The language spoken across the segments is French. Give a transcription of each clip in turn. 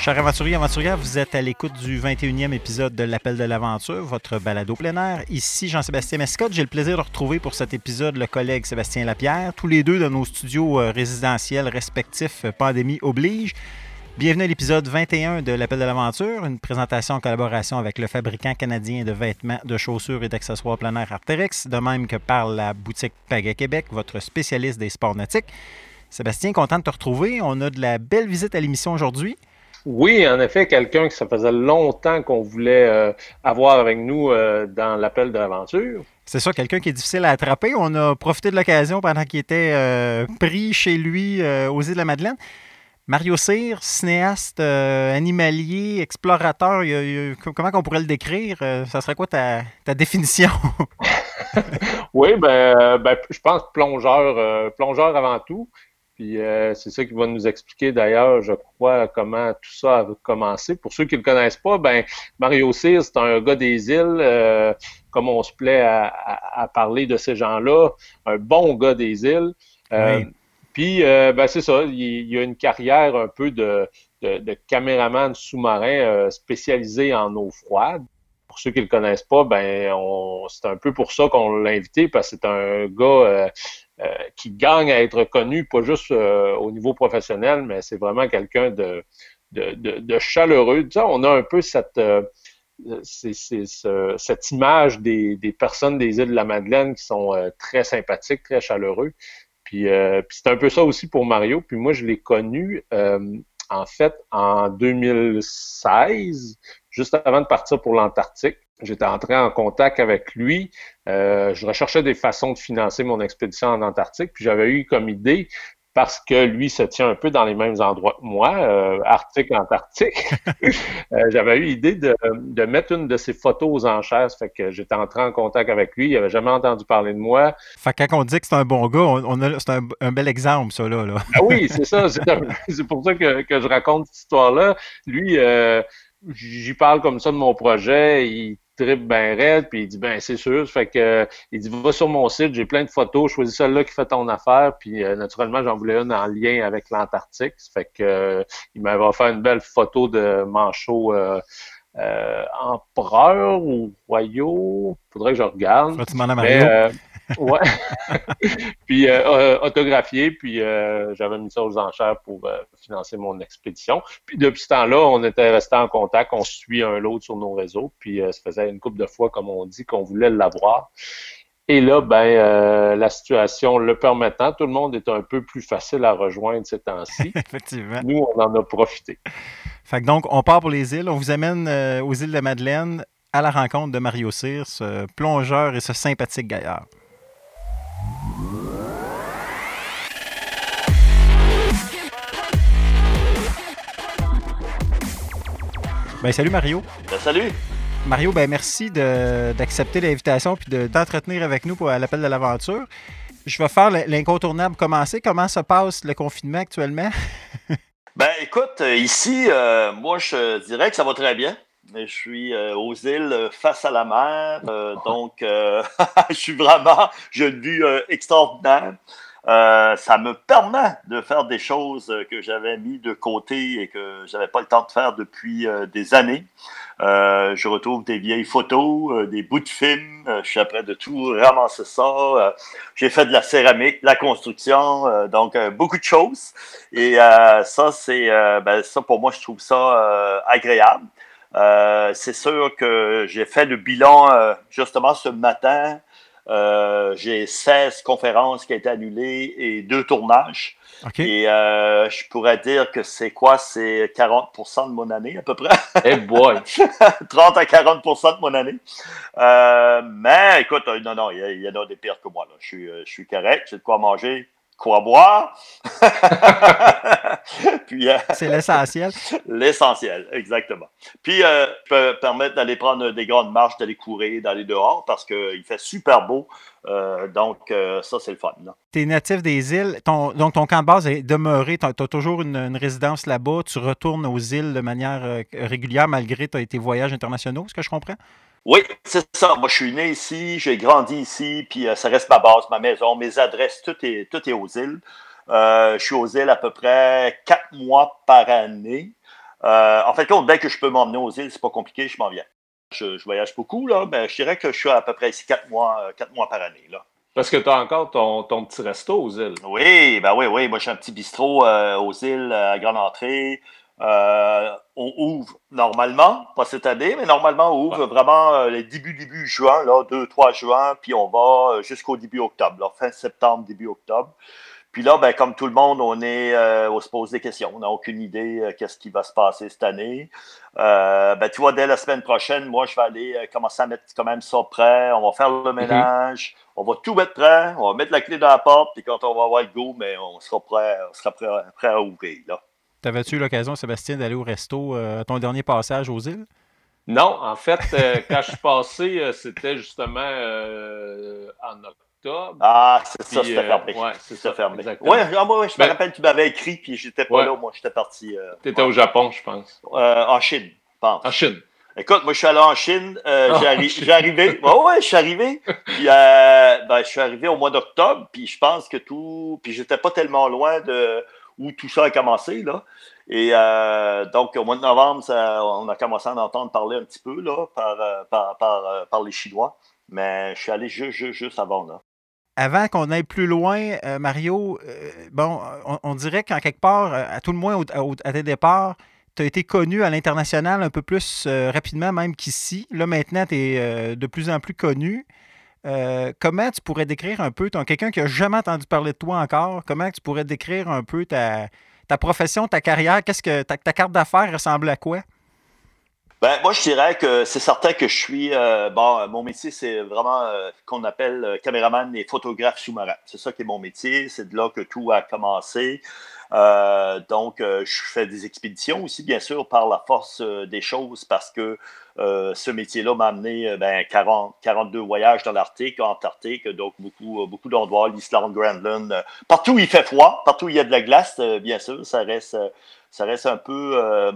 Chers aventuriers et aventurières, vous êtes à l'écoute du 21e épisode de l'Appel de l'aventure, votre balado plein air. Ici Jean-Sébastien Mascotte. J'ai le plaisir de retrouver pour cet épisode le collègue Sébastien Lapierre, tous les deux dans nos studios résidentiels respectifs, pandémie oblige. Bienvenue à l'épisode 21 de l'Appel de l'aventure, une présentation en collaboration avec le fabricant canadien de vêtements, de chaussures et d'accessoires plein air Arc'teryx, de même que par la boutique Pagaie Québec, votre spécialiste des sports nautiques. Sébastien, content de te retrouver. On a de la belle visite à l'émission aujourd'hui. Oui, en effet, quelqu'un que ça faisait longtemps qu'on voulait avoir avec nous dans l'appel de l'aventure. C'est ça, quelqu'un qui est difficile à attraper. On a profité de l'occasion pendant qu'il était pris chez lui aux îles de la Madeleine. Mario Cyr, cinéaste, animalier, explorateur, comment on pourrait le décrire? Ça serait quoi ta définition? Oui, je pense plongeur avant tout. Puis c'est ça qui va nous expliquer d'ailleurs, je crois, comment tout ça a commencé. Pour ceux qui ne le connaissent pas, Mario Cyr, c'est un gars des îles, comme on se plaît à parler de ces gens-là, un bon gars des îles. Oui. Puis c'est ça, il a une carrière un peu de caméraman sous-marin spécialisé en eau froide. Pour ceux qui le connaissent pas, c'est un peu pour ça qu'on l'a invité, parce que c'est un gars qui gagne à être connu, pas juste au niveau professionnel, mais c'est vraiment quelqu'un de chaleureux. Tu sais, on a un peu cette image des personnes des îles de la Madeleine qui sont très sympathiques, très chaleureux. Puis c'est un peu ça aussi pour Mario. Puis moi, je l'ai connu en fait en 2016, juste avant de partir pour l'Antarctique. J'étais entré en contact avec lui. Je recherchais des façons de financer mon expédition en Antarctique. Puis j'avais eu comme idée, parce que lui se tient un peu dans les mêmes endroits que moi, Arctique, Antarctique, j'avais eu l'idée de mettre une de ses photos aux enchères. Ça fait que j'étais entré en contact avec lui. Il n'avait jamais entendu parler de moi. Fait que quand on dit que c'est un bon gars, c'est un bel exemple, ça, là. Ah oui, c'est ça. C'est pour ça que je raconte cette histoire-là. Lui, j'y parle comme ça de mon projet. Il tripe bien raide, puis il dit, c'est sûr. Fait que, il dit, va sur mon site, j'ai plein de photos, choisis celle-là qui fait ton affaire. Puis, naturellement, j'en voulais une en lien avec l'Antarctique. Fait que, il m'avait offert une belle photo de manchot empereur ou royaux. Faudrait que je regarde. Faut-tu demander à Mario? Ouais. Puis autographié, puis j'avais mis ça aux enchères pour financer mon expédition. Puis depuis ce temps-là, on était restés en contact, on suit un l'autre sur nos réseaux, puis ça faisait une couple de fois, comme on dit, qu'on voulait l'avoir. Et là, la situation le permettant, tout le monde est un peu plus facile à rejoindre ces temps-ci. Effectivement. Nous, on en a profité. Fait que donc, on part pour les îles. On vous amène aux îles de la Madeleine à la rencontre de Mario Cyr, ce plongeur et ce sympathique gaillard. Salut Mario. Salut. Mario, merci d'accepter l'invitation et d'entretenir avec nous pour l'appel de l'aventure. Je vais faire l'incontournable commencer. Comment se passe le confinement actuellement? Écoute, ici, moi, je dirais que ça va très bien. Je suis aux îles face à la mer, donc j'ai une vue extraordinaire. Ça me permet de faire des choses que j'avais mis de côté et que j'avais pas le temps de faire depuis des années. Je retrouve des vieilles photos, des bouts de films. Je suis après de tout ramasser ça. J'ai fait de la céramique, de la construction, donc beaucoup de choses. Et ça, ça pour moi, je trouve ça agréable. C'est sûr que j'ai fait le bilan justement ce matin. J'ai 16 conférences qui ont été annulées et 2 tournages. Okay. Et je pourrais dire que c'est 40% de mon année à peu près. Hey boy! 30 à 40% de mon année. Mais écoute, non, il y en a des pires que moi. Là. Je suis correct, j'ai de quoi manger, quoi boire. Puis, c'est l'essentiel. L'essentiel, exactement. Puis, je peux permettre d'aller prendre des grandes marches, d'aller courir, d'aller dehors parce qu'il fait super beau. Donc, ça, c'est le fun. Tu es natif des îles. Donc, ton camp de base est demeuré. Tu as toujours une résidence là-bas. Tu retournes aux îles de manière régulière malgré tes voyages internationaux, est-ce que je comprends? Oui, c'est ça. Moi, je suis né ici, j'ai grandi ici, puis ça reste ma base, ma maison, mes adresses, tout est aux îles. Je suis aux îles à peu près 4 mois par année. En fait, compte, dès que je peux m'emmener aux îles, c'est pas compliqué, je m'en viens. Je voyage beaucoup, là, mais je dirais que je suis à peu près ici 4 mois par année, là. Parce que tu as encore ton petit resto aux îles. Oui, ben oui, oui. Moi, j'ai un petit bistrot aux îles à grande entrée. On ouvre normalement, pas cette année, mais normalement, on Ouais. ouvre vraiment les début juin, là, 2-3 juin, puis on va jusqu'au début octobre, là, fin septembre, début octobre. Puis là, ben, comme tout le monde, on se pose des questions. On n'a aucune idée qu'est-ce qui va se passer cette année. Ben, tu vois, dès la semaine prochaine, moi, je vais aller commencer à mettre quand même ça prêt. On va faire le Mhm. ménage. On va tout mettre prêt. On va mettre la clé dans la porte. Puis quand on va avoir le go, mais on sera prêt à ouvrir, là. T'avais-tu eu l'occasion, Sébastien, d'aller au resto à ton dernier passage aux îles? Non, en fait, quand je suis passé, c'était justement en octobre. Ah, c'est ça, Puis, c'était fermé. ouais, c'est C'était ça, fermé. Ouais, exactement. je me Ben, rappelle, tu m'avais écrit, puis j'étais pas ouais, là. Moi, j'étais parti t'étais ouais. au Japon, je pense. En Chine, je En pense. Chine. Écoute, moi, je suis allé en Chine. Ah, en J'ai Chine. arrivé. Ouais, ouais, je suis arrivé. Puis, ben, je suis arrivé au mois d'octobre. Puis, je pense que tout. Puis, j'étais pas tellement loin de où tout ça a commencé, là. Et donc, au mois de novembre, on a commencé à en entendre parler un petit peu, là, par les Chinois. Mais je suis allé juste avant, là. Avant qu'on aille plus loin, Mario, bon, on dirait qu'en quelque part, à tout le moins à tes départs, tu as été connu à l'international un peu plus rapidement même qu'ici. Là, maintenant, tu es de plus en plus connu. Comment tu pourrais décrire un peu, quelqu'un qui n'a jamais entendu parler de toi encore, comment tu pourrais décrire un peu ta profession, ta carrière, qu'est-ce que ta carte d'affaires ressemble à quoi? Ben, moi, je dirais que c'est certain que je suis. Bon, mon métier, c'est vraiment qu'on appelle caméraman et photographe sous-marin. C'est ça qui est mon métier. C'est de là que tout a commencé. Donc, je fais des expéditions aussi, bien sûr, par la force des choses, parce que ce métier-là m'a amené ben, 42 voyages dans l'Arctique, Antarctique, donc beaucoup d'endroits, l'Islande, Groenland, partout où il fait froid, partout où il y a de la glace, bien sûr, ça reste un peu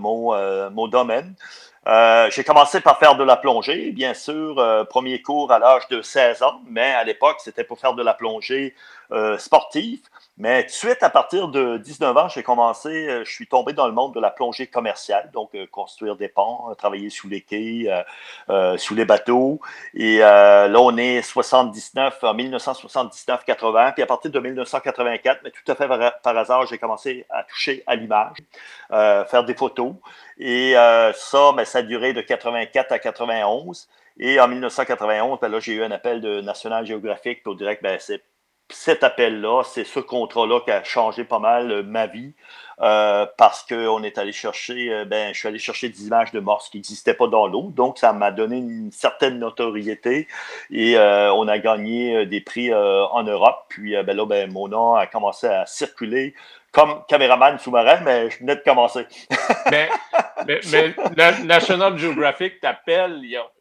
mon domaine. J'ai commencé par faire de la plongée, bien sûr, premier cours à l'âge de 16 ans, mais à l'époque, c'était pour faire de la plongée sportive. Mais tout de suite, à partir de 19 ans, je suis tombé dans le monde de la plongée commerciale, donc construire des ponts, travailler sous les quais, sous les bateaux. Et là, on est 79, en 1979-80, puis à partir de 1984, mais tout à fait par hasard, j'ai commencé à toucher à l'image, faire des photos. Et ça, ben, ça a duré de 84 à 91. Et en 1991, ben là, j'ai eu un appel de National Geographic pour dire que ben, c'est cet appel-là, c'est ce contrat-là qui a changé pas mal ma vie parce qu'on est allé chercher, je suis allé chercher des images de morses qui n'existaient pas dans l'eau. Donc, ça m'a donné une certaine notoriété et on a gagné des prix en Europe. Puis ben là, ben, mon nom a commencé à circuler comme caméraman sous-marin, mais je venais de commencer. Mais, mais National Geographic t'appelle,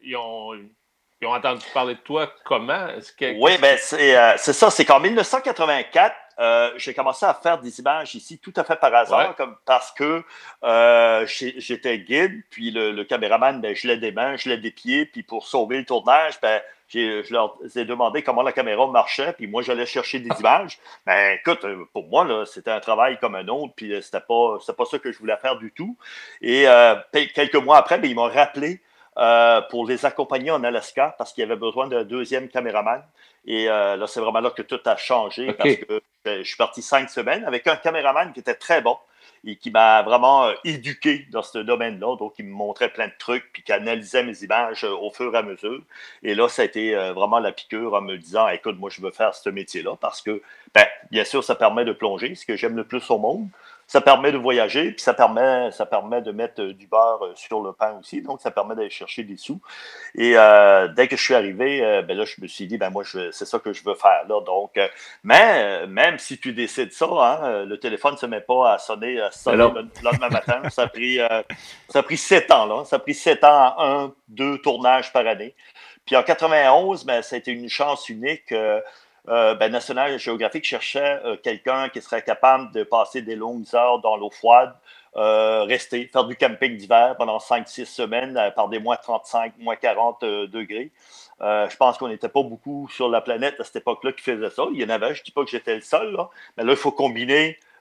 ils ont entendu parler de toi comment? Oui, ben c'est ça. C'est qu'en 1984, j'ai commencé à faire des images ici tout à fait par Ouais. hasard, comme parce que j'étais guide, puis le caméraman, ben, je l'ai des mains, je l'ai des pieds, puis pour sauver le tournage, ben, je leur ai demandé comment la caméra marchait, puis moi, j'allais chercher des images. Ben, écoute, pour moi, là, c'était un travail comme un autre, puis c'était pas ça que je voulais faire du tout. Et quelques mois après, ben, ils m'ont rappelé pour les accompagner en Alaska parce qu'il y avait besoin d'un deuxième caméraman. Et là, c'est vraiment là que tout a changé parce OK. que je suis parti 5 semaines avec un caméraman qui était très bon et qui m'a vraiment éduqué dans ce domaine-là. Donc, il me montrait plein de trucs puis qui analysait mes images au fur et à mesure. Et là, ça a été vraiment la piqûre en me disant, écoute, moi, je veux faire ce métier-là parce que, ben, bien sûr, ça permet de plonger, ce que j'aime le plus au monde. Ça permet de voyager, puis ça permet de mettre du beurre sur le pain aussi. Donc, ça permet d'aller chercher des sous. Et dès que je suis arrivé, ben là, je me suis dit, ben moi, c'est ça que je veux faire. Là. Donc, mais même si tu décides ça, hein, le téléphone ne se met pas à sonner Alors, le lendemain matin. Ça a pris 7 ans. Là. Ça a pris 7 ans à 2 tournages par année. Puis en 91, ben, ça a été une chance unique. Ben, National Geographic cherchait quelqu'un qui serait capable de passer des longues heures dans l'eau froide, rester, faire du camping d'hiver pendant 5-6 semaines par des moins 35, moins 40 degrés. Je pense qu'on n'était pas beaucoup sur la planète à cette époque-là qui faisait ça. Il y en avait, je ne dis pas que j'étais le seul, là, mais là, il faut combiner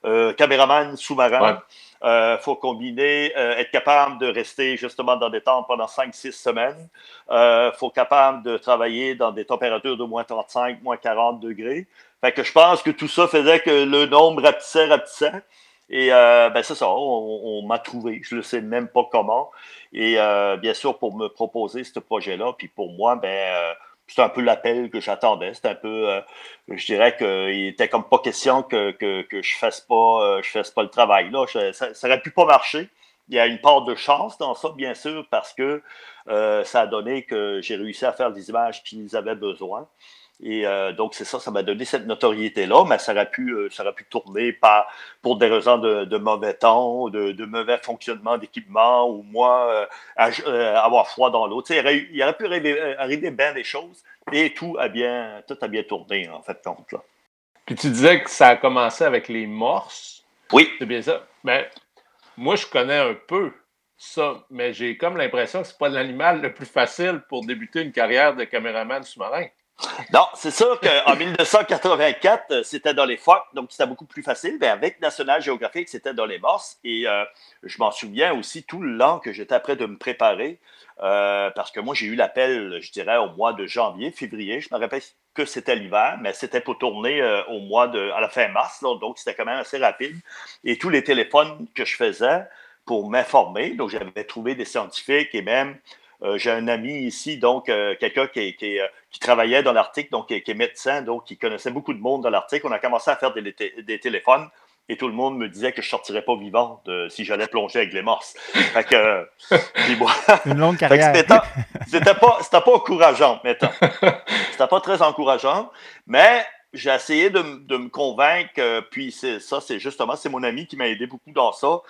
caméraman Ouais. sous-marin. Faut combiner, être capable de rester justement dans des temps pendant 5-6 semaines. Faut être capable de travailler dans des températures de moins 35, moins 40 degrés. Fait que je pense que tout ça faisait que le nombre rapetissait. Et ben c'est ça, on m'a trouvé. Je ne sais même pas comment. Et bien sûr, pour me proposer ce projet-là, puis pour moi, c'est un peu l'appel que j'attendais. C'est un peu, je dirais qu'il était comme pas question que je fasse pas le travail. Là, ça aurait pu pas marcher. Il y a une part de chance dans ça, bien sûr, parce que ça a donné que j'ai réussi à faire des images qu'ils avaient besoin. Et donc, c'est ça, ça m'a donné cette notoriété-là, mais ça aurait pu tourner pour des raisons de mauvais temps, de mauvais fonctionnement d'équipement, ou moi, avoir froid dans l'eau. Tu sais, il aurait pu arriver bien des choses, et tout a bien tourné, en fait, compte, là. Puis tu disais que ça a commencé avec les morses. Oui. C'est bien ça. Ben, moi, je connais un peu ça, mais j'ai comme l'impression que c'est pas l'animal le plus facile pour débuter une carrière de caméraman sous-marin. Non, c'est sûr qu'en 1984, c'était dans les phoques, donc c'était beaucoup plus facile. Mais avec National Geographic, c'était dans les morses. Et je m'en souviens aussi tout le long que j'étais après de me préparer, parce que moi, j'ai eu l'appel, je dirais, au mois de janvier, février. Je me rappelle que c'était l'hiver, mais c'était pour tourner à la fin mars, là, donc c'était quand même assez rapide. Et tous les téléphones que je faisais pour m'informer, donc j'avais trouvé des scientifiques et même j'ai un ami ici, donc quelqu'un qui travaillait dans l'Arctique, donc qui est médecin, donc qui connaissait beaucoup de monde dans l'Arctique. On a commencé à faire des téléphones et tout le monde me disait que je ne sortirais pas vivant si j'allais plonger avec les morses. Fait que, puis moi, Une longue fait que carrière. c'était pas encourageant, mettons. C'était pas très encourageant, mais j'ai essayé de me convaincre, puis c'est justement, c'est mon ami qui m'a aidé beaucoup dans ça.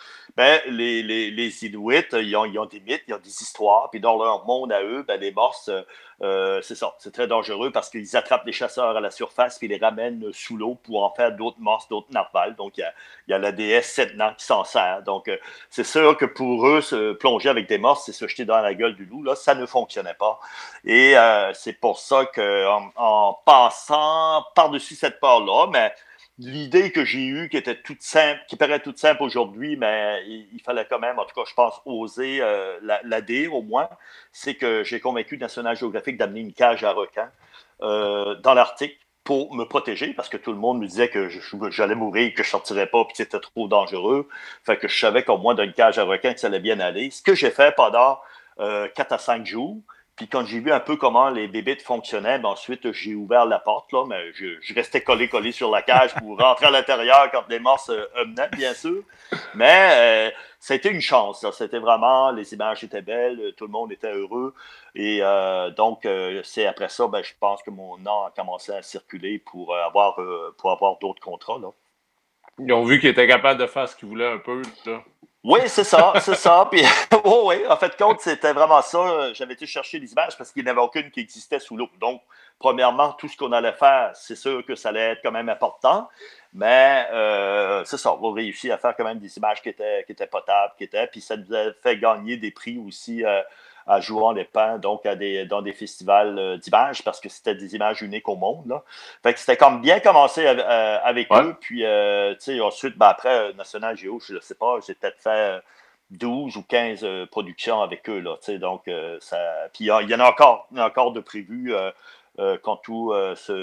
Les Inuits, ils ont des mythes, ils ont des histoires, puis dans leur monde à eux, les morses, c'est ça, c'est très dangereux parce qu'ils attrapent des chasseurs à la surface puis les ramènent sous l'eau pour en faire d'autres morses, d'autres narvals. Donc, il y a la déesse Setna qui s'en sert. Donc, c'est sûr que pour eux, se plonger avec des morses, c'est se jeter dans la gueule du loup. Là, ça ne fonctionnait pas. Et c'est pour ça qu'en passant par-dessus cette peur-là, mais l'idée que j'ai eue, qui était toute simple, qui paraît toute simple aujourd'hui, mais il fallait quand même, en tout cas, je pense, oser la dire au moins, c'est que j'ai convaincu National Geographic d'amener une cage à requins dans l'Arctique pour me protéger, parce que tout le monde me disait que j'allais mourir, que je sortirais pas, puis que c'était trop dangereux. Fait que je savais qu'au moins d'une cage à requins, que ça allait bien aller. Ce que j'ai fait pendant 4 à 5 jours. Puis quand j'ai vu un peu comment les bébites fonctionnaient, ensuite j'ai ouvert la porte, là, mais je restais collé sur la cage pour rentrer à l'intérieur quand les morses venaient, bien sûr. Mais c'était une chance, là. C'était vraiment, les images étaient belles, tout le monde était heureux. Et donc, c'est après ça, je pense que mon nom a commencé à circuler pour avoir d'autres contrats, là. Ils ont vu qu'ils étaient capables de faire ce qu'ils voulaient un peu, là. Oui, c'est ça. Puis, oui, en fait, compte, c'était vraiment ça. J'avais été chercher les images parce qu'il n'y en avait aucune qui existait sous l'eau. Donc, premièrement, tout ce qu'on allait faire, c'est sûr que ça allait être quand même important. Mais c'est ça, on va réussir à faire quand même des images qui étaient potables, puis ça nous a fait gagner des prix aussi à Jouan les Pins, donc dans des festivals d'images, parce que c'était des images uniques au monde, là. Fait que c'était comme bien commencé avec eux, puis tu sais, ensuite, après, National Géo, je ne sais pas, j'ai peut-être fait 12 ou 15 productions avec eux, là, tu sais, donc ça... Puis il y en a encore de prévus quand tout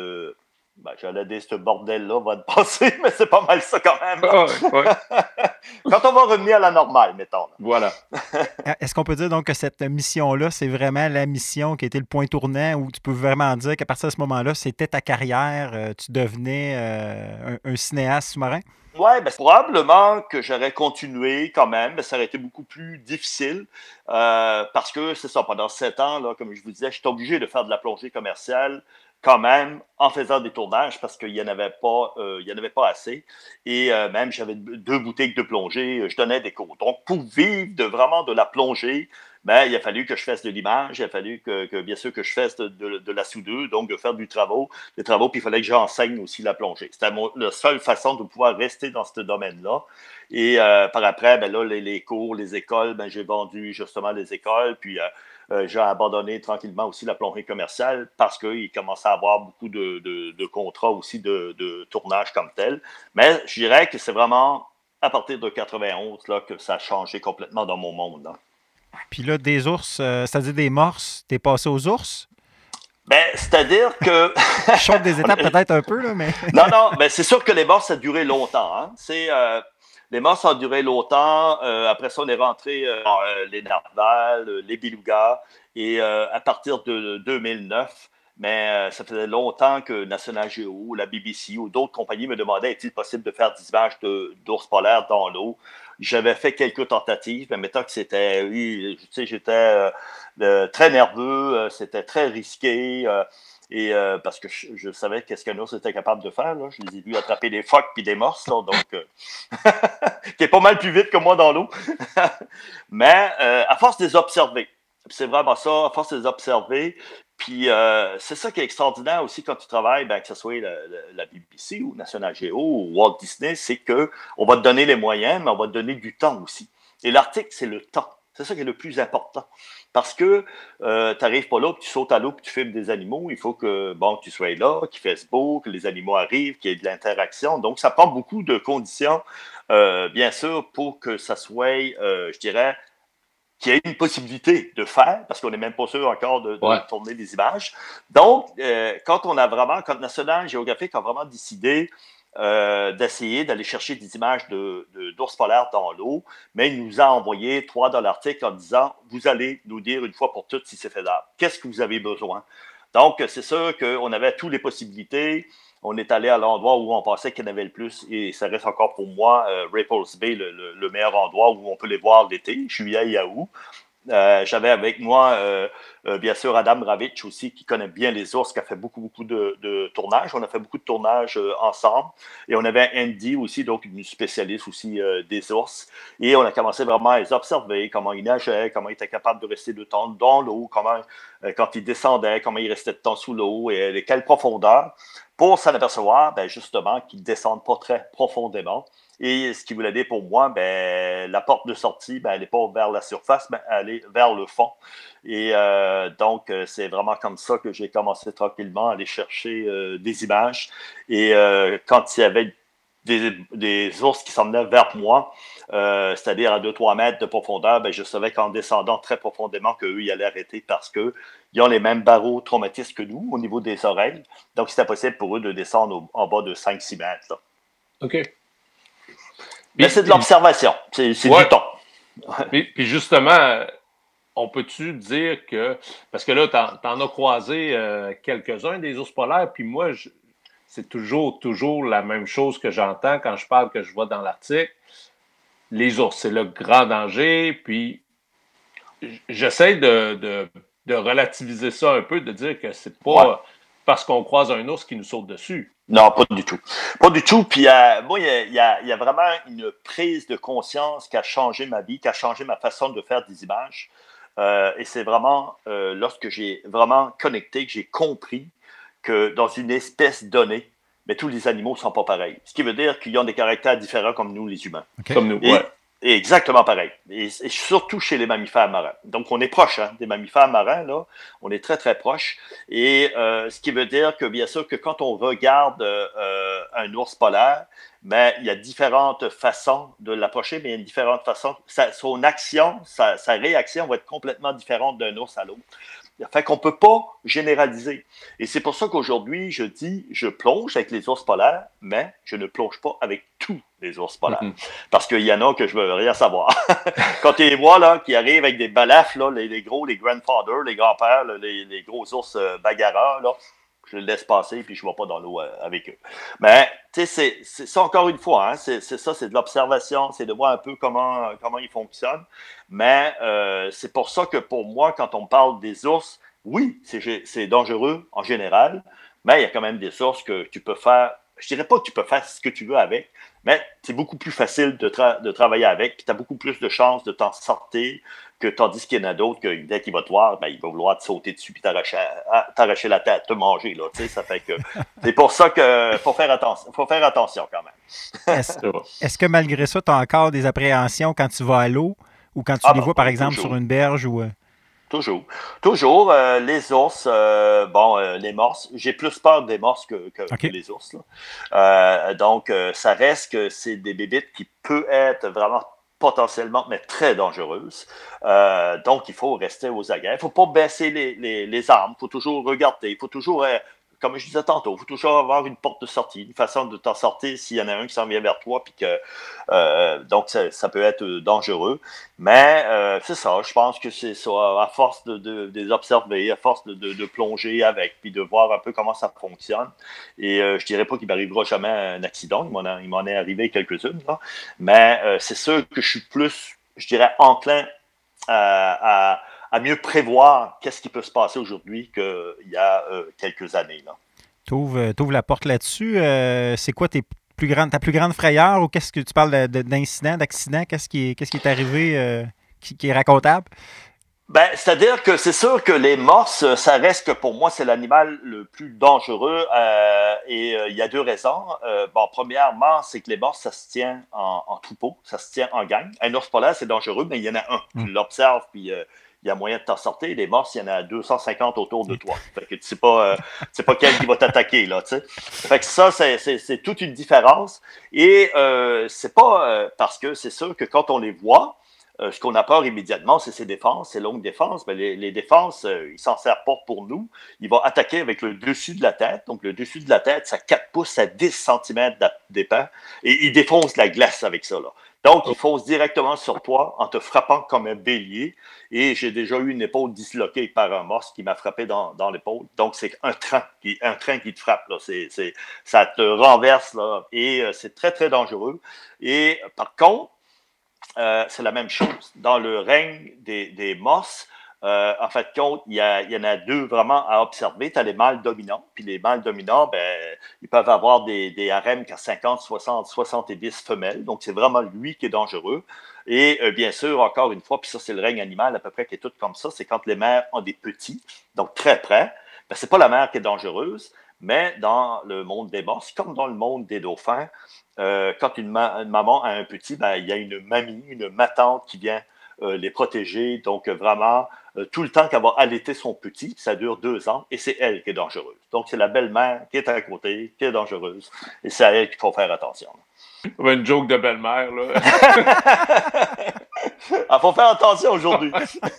j'allais dire ce bordel-là va te passer, mais c'est pas mal ça quand même. Ouais. Quand on va revenir à la normale, mettons. Là. Voilà. Est-ce qu'on peut dire donc que cette mission-là, c'est vraiment la mission qui a été le point tournant où tu peux vraiment dire qu'à partir de ce moment-là, c'était ta carrière, tu devenais un cinéaste sous-marin? Oui, probablement que j'aurais continué quand même, mais ça aurait été beaucoup plus difficile parce que c'est ça, pendant 7 ans, là, comme je vous disais, j'étais obligé de faire de la plongée commerciale quand même en faisant des tournages parce qu'il n'y en avait pas assez. Et même, j'avais 2 boutiques de plongée, je donnais des cours. Donc, pour vivre vraiment de la plongée, il a fallu que je fasse de l'image, il a fallu bien sûr, que je fasse de la soudure, donc de faire des travaux, puis il fallait que j'enseigne aussi la plongée. C'était la seule façon de pouvoir rester dans ce domaine-là. Et par après, là, les cours, les écoles, j'ai vendu justement les écoles, puis j'ai abandonné tranquillement aussi la plongée commerciale parce qu'il commençait à avoir beaucoup de contrats aussi de tournage comme tel. Mais je dirais que c'est vraiment à partir de 91 là, que ça a changé complètement dans mon monde. Là. Puis là, des ours, c'est-à-dire des morses, t'es passé aux ours? Ben, c'est-à-dire que... Je saute des étapes peut-être un peu, là, mais... non, ben c'est sûr que les morses, ça a duré longtemps. Hein. Les morses ont duré longtemps. Après ça, on est rentré dans les narvals, les belugas. Et à partir de 2009, mais ça faisait longtemps que National Geo, la BBC ou d'autres compagnies me demandaient est-il possible de faire des images d'ours polaires dans l'eau. J'avais fait quelques tentatives, mais mettons que c'était, oui, tu sais, j'étais très nerveux, c'était très risqué. Et parce que je savais qu'est-ce qu'un ours était capable de faire. Là. Je les ai vus attraper des phoques puis des morses, là, donc qui est pas mal plus vite que moi dans l'eau. Mais à force de les observer, c'est vraiment ça, à force de les observer. Puis c'est ça qui est extraordinaire aussi quand tu travailles, ben, que ce soit la BBC ou National Geo ou Walt Disney, c'est qu'on va te donner les moyens, mais on va te donner du temps aussi. Et l'Arctique, c'est le temps. C'est ça qui est le plus important. Parce que tu n'arrives pas là, puis tu sautes à l'eau, puis tu filmes des animaux. Il faut que tu sois là, qu'il fasse beau, que les animaux arrivent, qu'il y ait de l'interaction. Donc, ça prend beaucoup de conditions, bien sûr, pour que ça soit, je dirais, qu'il y ait une possibilité de faire, parce qu'on n'est même pas sûr encore de tourner des images. Donc, quand National Geographic a vraiment décidé d'essayer d'aller chercher des images d'ours polaires dans l'eau, mais il nous a envoyé 3 dans l'article en disant « Vous allez nous dire une fois pour toutes si c'est faisable. Qu'est-ce que vous avez besoin? » Donc, c'est sûr qu'on avait toutes les possibilités. On est allé à l'endroit où on pensait qu'il y en avait le plus, et ça reste encore pour moi Repulse Bay, le meilleur endroit où on peut les voir l'été, juillet et août. J'avais avec moi, bien sûr, Adam Ravitch aussi, qui connaît bien les ours, qui a fait beaucoup de tournages. On a fait beaucoup de tournages ensemble. Et on avait Andy aussi, donc une spécialiste aussi des ours. Et on a commencé vraiment à les observer, comment ils nageaient, comment ils étaient capables de rester de temps dans l'eau, comment, quand ils descendaient, comment ils restaient de temps sous l'eau et quelle profondeur, pour s'en apercevoir, justement, qu'ils ne descendent pas très profondément. Et ce qui voulait dire pour moi, la porte de sortie, elle n'est pas vers la surface, mais elle est vers le fond. Et donc, c'est vraiment comme ça que j'ai commencé tranquillement à aller chercher des images. Et quand il y avait des ours qui s'en venaient vers moi, c'est-à-dire à 2-3 mètres de profondeur, je savais qu'en descendant très profondément, qu'eux, ils allaient arrêter parce qu'ils ont les mêmes barreaux traumatistes que nous au niveau des oreilles. Donc, c'était possible pour eux de descendre en bas de 5-6 mètres. Là. OK. Mais c'est de l'observation, c'est du temps. Puis justement, on peut-tu dire que... Parce que là, t'en as croisé quelques-uns des ours polaires, puis moi, c'est toujours la même chose que j'entends quand je parle, que je vois dans l'article. Les ours, c'est le grand danger, puis j'essaie de relativiser ça un peu, de dire que c'est pas parce qu'on croise un ours qui nous saute dessus. Non, pas du tout. Pas du tout. Puis moi, il y a vraiment une prise de conscience qui a changé ma vie, qui a changé ma façon de faire des images. Et c'est vraiment lorsque j'ai vraiment connecté, que j'ai compris que dans une espèce donnée, mais tous les animaux ne sont pas pareils. Ce qui veut dire qu'ils ont des caractères différents comme nous, les humains. Okay. Comme nous, et exactement pareil. Et surtout chez les mammifères marins. Donc, on est proche des mammifères marins, là. On est très, très proche. Et ce qui veut dire que, bien sûr, que quand on regarde un ours polaire, il y a différentes façons de l'approcher, mais il y a différentes façons. Son action, sa réaction va être complètement différente d'un ours à l'autre. Fait qu'on ne peut pas généraliser. Et c'est pour ça qu'aujourd'hui, je dis, je plonge avec les ours polaires, mais je ne plonge pas avec tous les ours polaires. Parce qu'il y en a que je ne veux rien savoir. Quand tu les vois, là, qui arrivent avec des balafres, là, les gros, les grandfathers, les grands-pères, là, les gros ours bagarreurs, là, je les laisse passer puis je ne vais pas dans l'eau avec eux. Mais, tu sais, c'est ça encore une fois, c'est ça, c'est de l'observation, c'est de voir un peu comment ils fonctionnent. Mais c'est pour ça que pour moi, quand on parle des ours, oui, c'est dangereux en général, mais il y a quand même des ours que tu peux faire. Je dirais pas que tu peux faire ce que tu veux avec, mais c'est beaucoup plus facile de travailler avec, puis tu as beaucoup plus de chances de t'en sortir que tandis qu'il y en a d'autres que dès qu'il va te voir, il va vouloir te sauter dessus puis t'arracher la tête, te manger. Là, ça fait que c'est pour ça qu'il faut faire attention quand même. Est-ce que malgré ça, tu as encore des appréhensions quand tu vas à l'eau ou quand tu les vois, par exemple, toujours sur une berge ou... Toujours. Toujours. Les ours, les morses. J'ai plus peur des morses que OK. les ours. Donc, ça reste que c'est des bébites qui peuvent être vraiment potentiellement, mais très dangereuses. Donc, il faut rester aux aguets. Il ne faut pas baisser les armes. Il faut toujours regarder. Il faut toujours, comme je disais tantôt, il faut toujours avoir une porte de sortie, une façon de t'en sortir s'il y en a un qui s'en vient vers toi. Puis que, donc, ça peut être dangereux. Mais c'est ça, je pense que c'est ça, à force de les observer, à force de plonger avec, puis de voir un peu comment ça fonctionne. Et je dirais pas qu'il m'arrivera jamais un accident, il m'en est arrivé quelques-unes, là. Mais c'est sûr que je suis plus, je dirais, enclin à mieux prévoir qu'est-ce qui peut se passer aujourd'hui qu'il y a quelques années, là. T'ouvres la porte là-dessus. C'est quoi ta plus grande frayeur ou qu'est-ce que tu parles d'incident, d'accident? Qu'est-ce qui est arrivé qui est racontable? Ben, c'est-à-dire que c'est sûr que les morses, ça reste que pour moi, c'est l'animal le plus dangereux. Il y a deux raisons. Premièrement, c'est que les morses, ça se tient en troupeau, ça se tient en gang. Un ours polaire, c'est dangereux, mais il y en a un. Tu l'observes, puis il y a moyen de t'en sortir. Les morses, il y en a 250 autour de toi. Fait que tu sais pas quel qui va t'attaquer, là, tu sais. Fait que ça, c'est toute une différence. Et c'est pas parce que c'est sûr que quand on les voit, ce qu'on a peur immédiatement, c'est ses défenses, ses longues défenses. Mais les défenses, il s'en sert pas pour nous. Il va attaquer avec le dessus de la tête. Donc, le dessus de la tête, ça 4 pouces à 10 cm d'épais. Et il défonce la glace avec ça, là. Donc, il fonce directement sur toi en te frappant comme un bélier. Et j'ai déjà eu une épaule disloquée par un morse qui m'a frappé dans l'épaule. Donc, c'est un train qui te frappe, là. Ça te renverse, là. Et c'est très, très dangereux. Et par contre, c'est la même chose. Dans le règne des morses, en fait, compte, il y en a deux vraiment à observer. Tu as les mâles dominants. Puis les mâles dominants, ils peuvent avoir des harems qui ont 50, 60, 70 femelles. Donc, c'est vraiment lui qui est dangereux. Et bien sûr, encore une fois, puis ça, c'est le règne animal à peu près qui est tout comme ça, c'est quand les mères ont des petits, donc très près. C'est pas la mère qui est dangereuse, mais dans le monde des morses, comme dans le monde des dauphins, quand une maman a un petit, il y a une mamie, une matante qui vient les protéger. Donc, vraiment, tout le temps qu'elle va allaiter son petit, ça dure 2 ans, et c'est elle qui est dangereuse. Donc, c'est la belle-mère qui est à côté, qui est dangereuse, et c'est à elle qu'il faut faire attention. Une joke de belle-mère, là. Il faut faire attention aujourd'hui.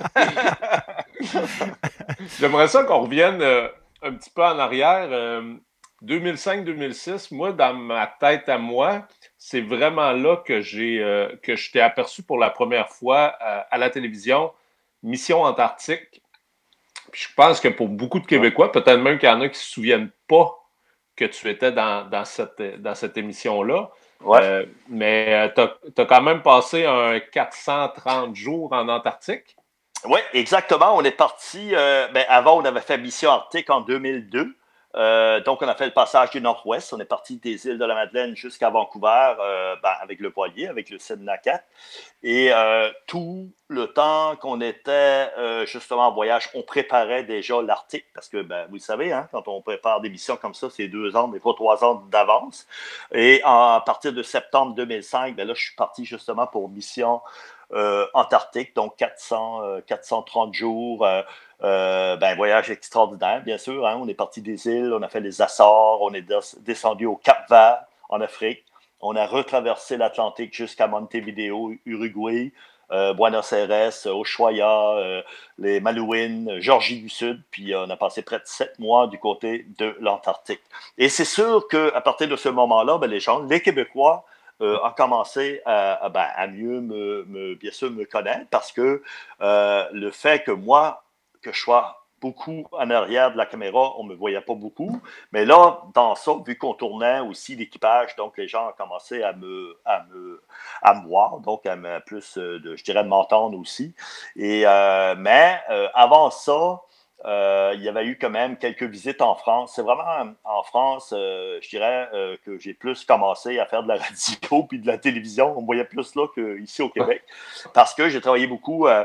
J'aimerais ça qu'on revienne un petit peu en arrière. 2005-2006, moi, dans ma tête à moi, c'est vraiment là que je t'ai aperçu pour la première fois à la télévision, Mission Antarctique. Puis je pense que pour beaucoup de Québécois, peut-être même qu'il y en a qui ne se souviennent pas que tu étais dans cette émission-là. Ouais. Mais tu as quand même passé un 430 jours en Antarctique. Oui, exactement. On est parti. Avant, on avait fait Mission Arctique en 2002. Donc, on a fait le passage du Nord-Ouest. On est parti des îles de la Madeleine jusqu'à Vancouver avec le voilier, avec le Sedna 4. Et tout le temps qu'on était justement en voyage, on préparait déjà l'Arctique parce que, vous le savez, hein, quand on prépare des missions comme ça, c'est 2 ans, des fois 3 ans d'avance. Et à partir de septembre 2005, là, je suis parti justement pour Mission Antarctique, donc 430 jours. Voyage extraordinaire, bien sûr. Hein. On est parti des îles, on a fait les Açores, on est descendu au Cap-Vert, en Afrique. On a retraversé l'Atlantique jusqu'à Montevideo, Uruguay, Buenos Aires, Ushuaia, les Malouines, Georgie du Sud, puis on a passé près de 7 mois du côté de l'Antarctique. Et c'est sûr qu'à partir de ce moment-là, les Québécois, ont commencé à mieux bien sûr me connaître parce que le fait que moi, que je sois beaucoup en arrière de la caméra, on ne me voyait pas beaucoup. Mais là, dans ça, vu qu'on tournait aussi l'équipage, donc les gens ont commencé à me voir, donc je dirais, m'entendre aussi. Et, mais avant ça, il y avait eu quand même quelques visites en France. C'est vraiment en France, je dirais, que j'ai plus commencé à faire de la radio puis de la télévision. On me voyait plus là qu'ici au Québec. Parce que j'ai travaillé beaucoup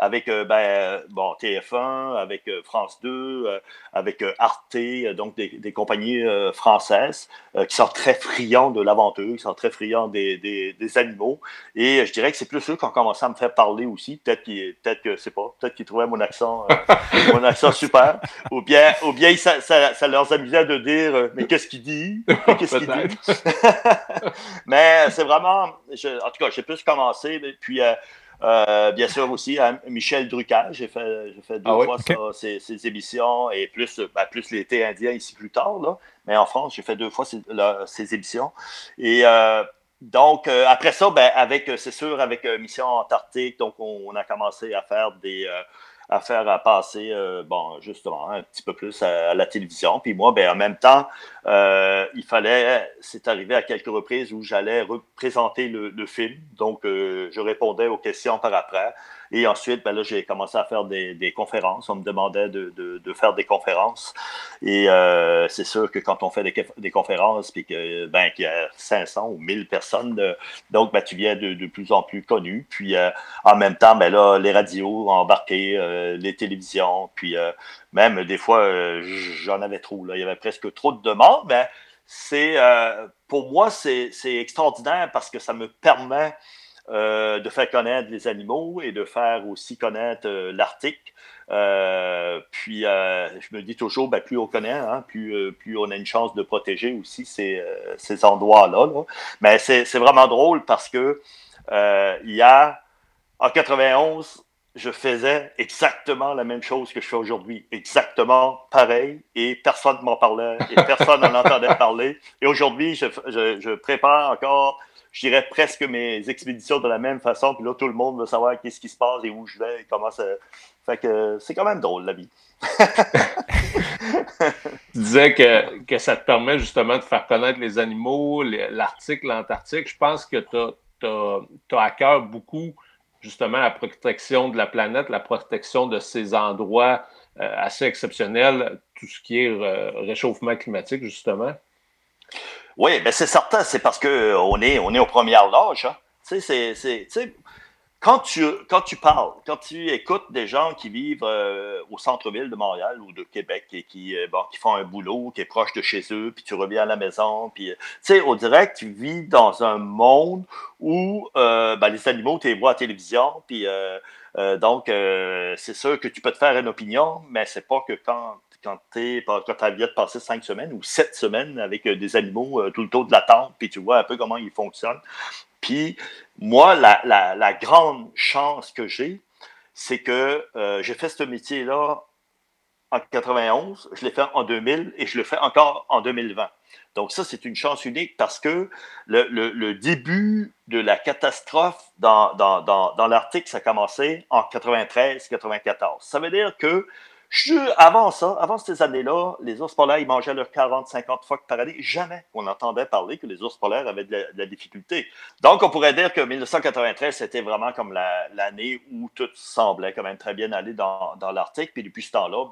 avec TF1, avec France 2, avec Arte, donc des compagnies françaises qui sont très friands de l'aventure, qui sont très friands des animaux. Et je dirais que c'est plus eux qui ont commencé à me faire parler aussi. Peut-être qu'ils trouvaient mon accent super. Ou bien ça leur amusait de dire mais qu'est-ce qu'il dit? Mais qu'est-ce qu'il dit? Mais c'est vraiment, en tout cas, j'ai plus commencé. Puis bien sûr aussi, Michel Drucker, j'ai fait deux fois ses émissions et plus l'été indien ici plus tard, là. Mais en France, j'ai fait 2 fois ses émissions. Et donc, après ça, c'est sûr, avec Mission Antarctique, donc on a commencé à faire à passer, justement, un petit peu plus à la télévision. Puis moi, en même temps, c'est arrivé à quelques reprises où j'allais représenter le film. Donc, je répondais aux questions par après. Et ensuite, là, j'ai commencé à faire des conférences. On me demandait de faire des conférences. Et c'est sûr que quand on fait des conférences, puis qu'il y a 500 ou 1000 personnes, donc tu viens de plus en plus connu. Puis en même temps, là, les radios ont embarqué, les télévisions, puis même des fois, j'en avais trop. Là. Il y avait presque trop de demandes, mais pour moi, c'est extraordinaire parce que ça me permet de faire connaître les animaux et de faire aussi connaître l'Arctique. Puis je me dis toujours, plus on connaît, hein, plus on a une chance de protéger aussi ces endroits-là. Là. Mais c'est vraiment drôle parce que en 91, je faisais exactement la même chose que je fais aujourd'hui, exactement pareil, et personne ne m'en parlait, et personne n'en entendait parler. Et aujourd'hui, je prépare encore, je dirais presque mes expéditions de la même façon, puis là, tout le monde veut savoir qu'est-ce qui se passe et où je vais, et comment ça... Fait que c'est quand même drôle, la vie. Tu disais que ça te permet justement de faire connaître les animaux, l'Arctique, l'Antarctique. Je pense que tu as à cœur beaucoup justement la protection de la planète, la protection de ces endroits assez exceptionnels, tout ce qui est réchauffement climatique, justement. Oui, c'est certain, c'est parce qu'on est aux premières loges. Hein. Tu sais, quand tu parles, quand tu écoutes des gens qui vivent au centre-ville de Montréal ou de Québec et qui font un boulot qui est proche de chez eux, puis tu reviens à la maison, puis tu sais, au direct, tu vis dans un monde où les animaux, tu les vois à la télévision, puis donc c'est sûr que tu peux te faire une opinion, mais c'est pas que quand tu viens de passer 5 semaines ou 7 semaines avec des animaux tout le tour de la tente, puis tu vois un peu comment ils fonctionnent. Puis moi, la grande chance que j'ai, c'est que j'ai fait ce métier-là en 91, je l'ai fait en 2000 et je le fais encore en 2020. Donc ça, c'est une chance unique parce que le début de la catastrophe dans l'Arctique, ça a commencé en 93-94. Ça veut dire que avant ces années-là, les ours polaires, ils mangeaient leurs 40-50 phoques par année. Jamais on entendait parler que les ours polaires avaient de la difficulté. Donc, on pourrait dire que 1993, c'était vraiment comme l'année où tout semblait quand même très bien aller dans l'Arctique. Puis depuis ce temps-là,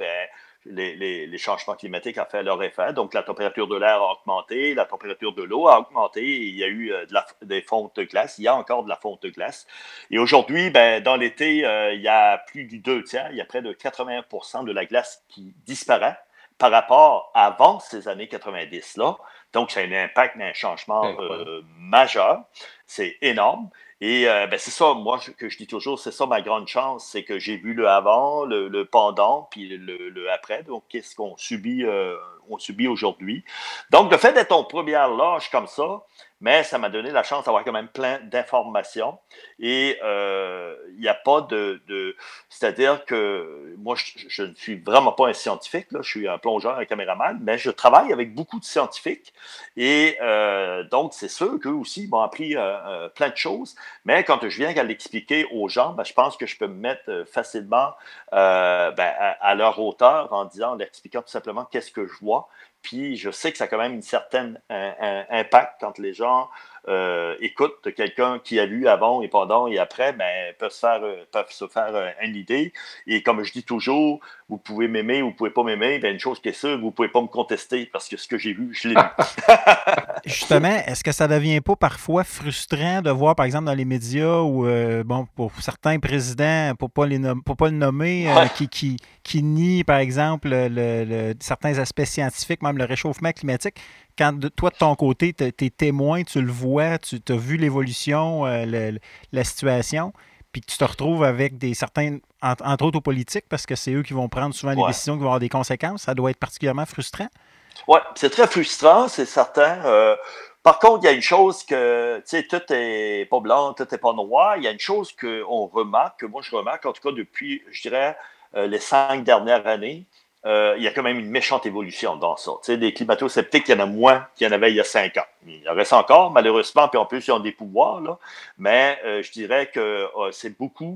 les changements climatiques ont fait leur effet. Donc, la température de l'air a augmenté, la température de l'eau a augmenté. Et il y a eu des fontes de glace. Il y a encore de la fonte de glace. Et aujourd'hui, dans l'été, il y a plus du 2/3, il y a près de 80% de la glace qui disparaît par rapport à avant ces années 90-là. Donc, ça a un impact, un changement majeur. C'est énorme. Et c'est ça, moi, que je dis toujours, c'est ça ma grande chance, c'est que j'ai vu le avant, le pendant, puis le après. Donc, qu'est-ce qu'on subit, aujourd'hui. Donc, le fait d'être en première loge comme ça, mais ça m'a donné la chance d'avoir quand même plein d'informations. Et il n'y a pas c'est-à-dire que moi, je ne suis vraiment pas un scientifique, là, je suis un plongeur, un caméraman, mais je travaille avec beaucoup de scientifiques. Et donc, c'est sûr qu'eux aussi m'ont appris plein de choses. Mais quand je viens à l'expliquer aux gens, je pense que je peux me mettre facilement à leur hauteur en expliquant tout simplement qu'est-ce que je vois. Puis je sais que ça a quand même une certaine impact quand les gens écoute de quelqu'un qui a lu avant et pendant et après, ben, peuvent se faire une idée. Et comme je dis toujours, vous pouvez m'aimer, vous pouvez pas m'aimer, ben, une chose qui est sûre, vous pouvez pas me contester parce que ce que j'ai vu, je l'ai vu. Justement, est-ce que ça devient pas parfois frustrant de voir, par exemple, dans les médias ou, bon, pour certains présidents, pour pas le nommer, Ouais. qui nient, par exemple, certains aspects scientifiques, même le réchauffement climatique, quand toi, de ton côté, tu es témoin, tu le vois, tu as vu l'évolution, la situation, puis que tu te retrouves avec certains, entre autres aux politiques, parce que c'est eux qui vont prendre souvent les Ouais. décisions qui vont avoir des conséquences, ça doit être particulièrement frustrant. Ouais, c'est très frustrant, c'est certain. Par contre, il y a une chose que, tu sais, tout est pas blanc, tout est pas noir. Il y a une chose qu'on remarque, que moi je remarque, en tout cas depuis, je dirais, les 5 dernières années, il y a quand même une méchante évolution dans ça. Tu sais, des climato-sceptiques, il y en a moins qu'il y en avait il y a 5 ans. Il en reste encore, malheureusement, puis en plus, ils ont des pouvoirs, là. Mais je dirais que c'est beaucoup.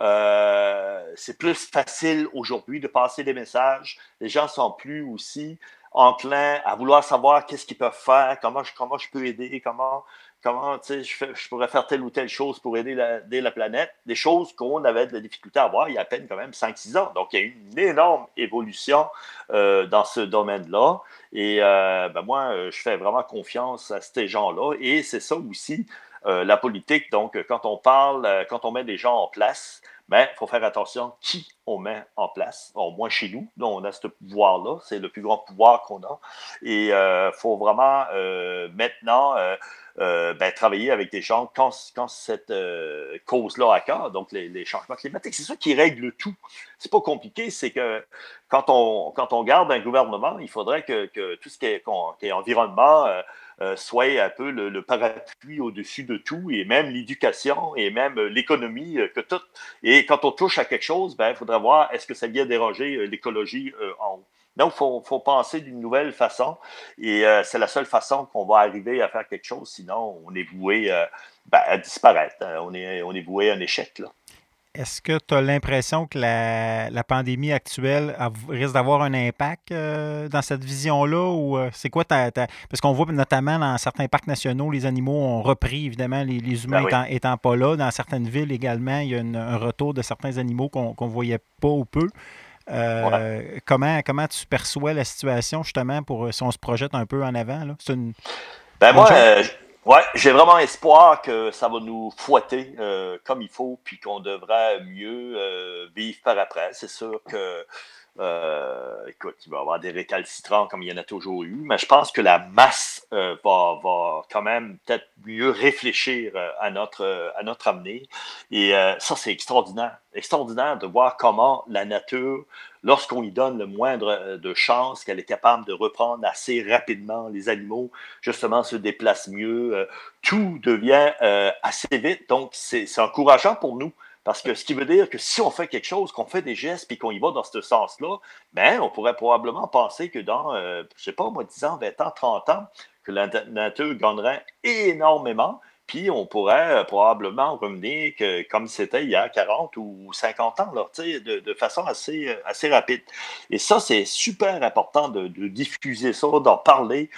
C'est plus facile aujourd'hui de passer des messages. Les gens sont plus aussi enclins à vouloir savoir qu'est-ce qu'ils peuvent faire, comment je peux aider, comment je pourrais faire telle ou telle chose pour aider la planète, des choses qu'on avait de la difficulté à voir il y a à peine quand même 5-6 ans. Donc, il y a eu une énorme évolution dans ce domaine-là. Et ben moi, je fais vraiment confiance à ces gens-là. Et c'est ça aussi, la politique. Donc, quand on met des gens en place, ben, il faut faire attention qui on met en place. Au moins chez nous, là, on a ce pouvoir-là. C'est le plus grand pouvoir qu'on a. Et il faut vraiment maintenant ben, travailler avec des gens quand cette cause-là a cœur, donc les changements climatiques. C'est ça qui règle tout. C'est pas compliqué, c'est que quand on garde un gouvernement, il faudrait que tout ce qui est environnement soit un peu le parapluie au-dessus de tout, et même l'éducation, et même l'économie, que tout. Et quand on touche à quelque chose, ben, il faudrait voir est-ce que ça vient déranger l'écologie en haut. Donc, faut penser d'une nouvelle façon, et c'est la seule façon qu'on va arriver à faire quelque chose, sinon on est voué ben, à disparaître. On est voué à un échec, là. Est-ce que tu as l'impression que la pandémie actuelle risque d'avoir un impact dans cette vision-là? Ou c'est quoi Parce qu'on voit notamment dans certains parcs nationaux, les animaux ont repris, évidemment, les humains Ben oui. étant pas là. Dans certaines villes également, il y a un retour de certains animaux qu'on ne voyait pas ou peu. Ouais. Comment tu perçois la situation, justement, pour si on se projette un peu en avant, là? C'est une Ben bonne moi, chose? ouais, j'ai vraiment espoir que ça va nous fouetter comme il faut, puis qu'on devrait mieux vivre par après. C'est sûr que écoute, il va y avoir des récalcitrants comme il y en a toujours eu, mais je pense que la masse va quand même peut-être mieux réfléchir à notre avenir. Et ça, c'est extraordinaire. Extraordinaire de voir comment la nature, lorsqu'on lui donne le moindre de chance, qu'elle est capable de reprendre assez rapidement. Les animaux, justement, se déplacent mieux. Tout devient assez vite. Donc, c'est encourageant pour nous. Parce que ce qui veut dire que si on fait quelque chose, qu'on fait des gestes puis qu'on y va dans ce sens-là, ben, on pourrait probablement penser que dans, je sais pas, moi, 10 ans, 20 ans, 30 ans, que la nature gagnerait énormément. Puis on pourrait probablement revenir comme c'était il y a 40 ou 50 ans, là, de façon assez rapide. Et ça, c'est super important de diffuser ça, d'en parler,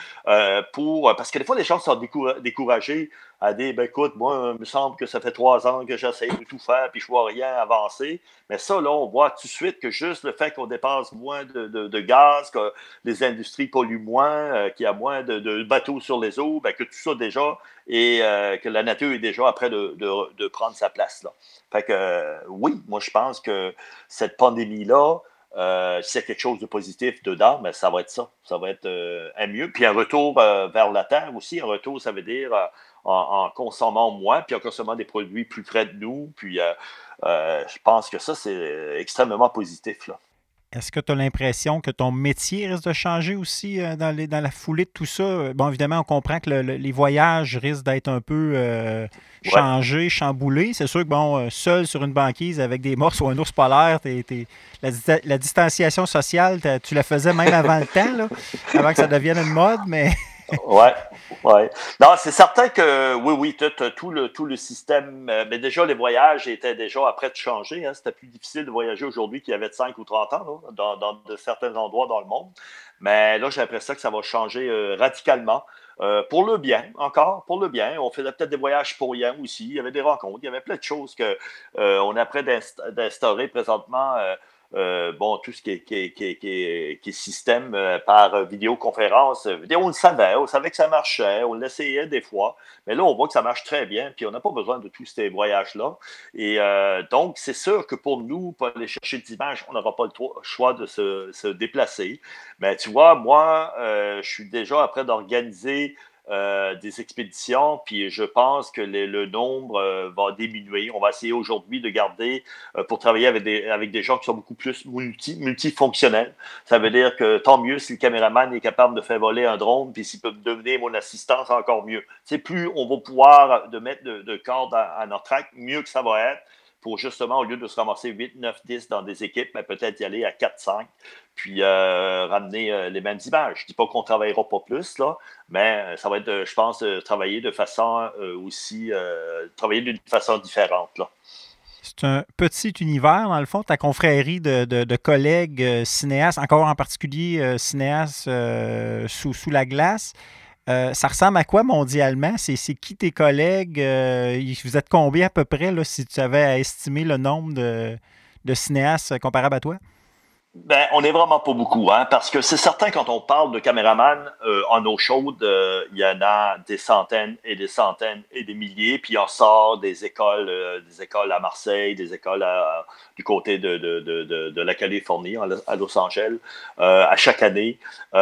parce que des fois, les gens sont découragés à dire, ben écoute, moi, il me semble que ça fait 3 ans que j'essaie de tout faire, puis je vois rien avancer. Mais ça, là, on voit tout de suite que juste le fait qu'on dépasse moins de gaz, que les industries polluent moins, qu'il y a moins de bateaux sur les eaux, ben, que tout ça déjà, et que la nature est déjà après de prendre sa place là. Fait que oui, moi je pense que cette pandémie-là, s'il y a quelque chose de positif dedans, mais ça va être ça. Ça va être un mieux. Puis un retour vers la terre aussi. Un retour, ça veut dire en consommant moins, puis en consommant des produits plus près de nous. Puis je pense que ça, c'est extrêmement positif, là. Est-ce que tu as l'impression que ton métier risque de changer aussi dans la foulée de tout ça? Bon, évidemment, on comprend que les voyages risquent d'être un peu Ouais. changés, chamboulés. C'est sûr que, bon, seul sur une banquise avec des morses ou un ours polaire, la distanciation sociale, tu la faisais même avant le temps, là, avant que ça devienne une mode, mais Ouais, ouais. Non, c'est certain que oui, oui, tout le système. Mais déjà, les voyages étaient déjà après de changer. Hein. C'était plus difficile de voyager aujourd'hui qu'il y avait de 5 ou 30 ans, là, dans de certains endroits dans le monde. Mais là, j'ai l'impression que ça va changer radicalement. Pour le bien, encore, pour le bien. On faisait peut-être des voyages pour rien aussi. Il y avait des rencontres, il y avait plein de choses que on est prêt d'instaurer présentement. Bon, tout ce qui est système par vidéoconférence. On savait que ça marchait, on l'essayait des fois, mais là, on voit que ça marche très bien, puis on n'a pas besoin de tous ces voyages-là. Et donc, c'est sûr que pour nous, pour aller chercher des images, on n'aura pas le choix de se déplacer. Mais tu vois, moi, je suis déjà après d'organiser des expéditions, puis je pense que le nombre va diminuer. On va essayer aujourd'hui de garder pour travailler avec des gens qui sont beaucoup plus multifonctionnels. Ça veut dire que tant mieux si le caméraman est capable de faire voler un drone, puis s'il peut me donner mon assistance, encore mieux. C'est plus on va pouvoir mettre de cordes à notre acte, mieux que ça va être pour justement, au lieu de se ramasser 8, 9, 10 dans des équipes, mais peut-être y aller à 4, 5, puis ramener les mêmes images. Je ne dis pas qu'on ne travaillera pas plus, là, mais ça va être, je pense, travailler de façon travailler d'une façon différente, là. C'est un petit univers, dans le fond, ta confrérie de collègues cinéastes, encore en particulier cinéastes sous la glace. Ça ressemble à quoi mondialement? C'est qui tes collègues? Vous êtes combien à peu près, là, si tu avais à estimer le nombre de cinéastes comparables à toi? Ben, on n'est vraiment pas beaucoup, hein, parce que c'est certain quand on parle de caméraman en eau chaude, il y en a des centaines et des centaines et des milliers, puis on sort des écoles à Marseille, des écoles du côté de la Californie, à Los Angeles, à chaque année.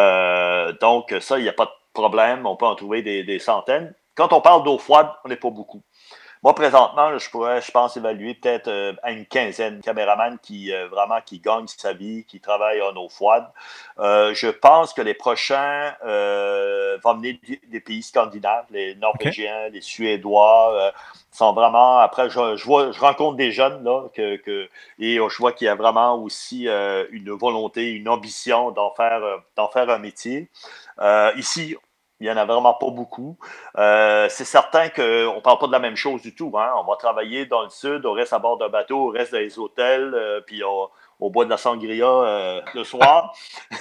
Donc ça, il n'y a pas de problème, on peut en trouver des centaines. Quand on parle d'eau froide, on n'est pas beaucoup. Moi, présentement, là, je pense, évaluer peut-être à une quinzaine de caméramans qui vraiment qui gagnent sa vie, qui travaillent en eau froide. Je pense que les prochains vont venir des pays scandinaves, les Norvégiens, okay, les Suédois. Sont vraiment. Après, je rencontre des jeunes là, et je vois qu'il y a vraiment aussi une volonté, une ambition d'en faire un métier. Ici, il n'y en a vraiment pas beaucoup. C'est certain qu'on ne parle pas de la même chose du tout. Hein? On va travailler dans le sud, on reste à bord d'un bateau, on reste dans les hôtels, puis on boit de la sangria le soir.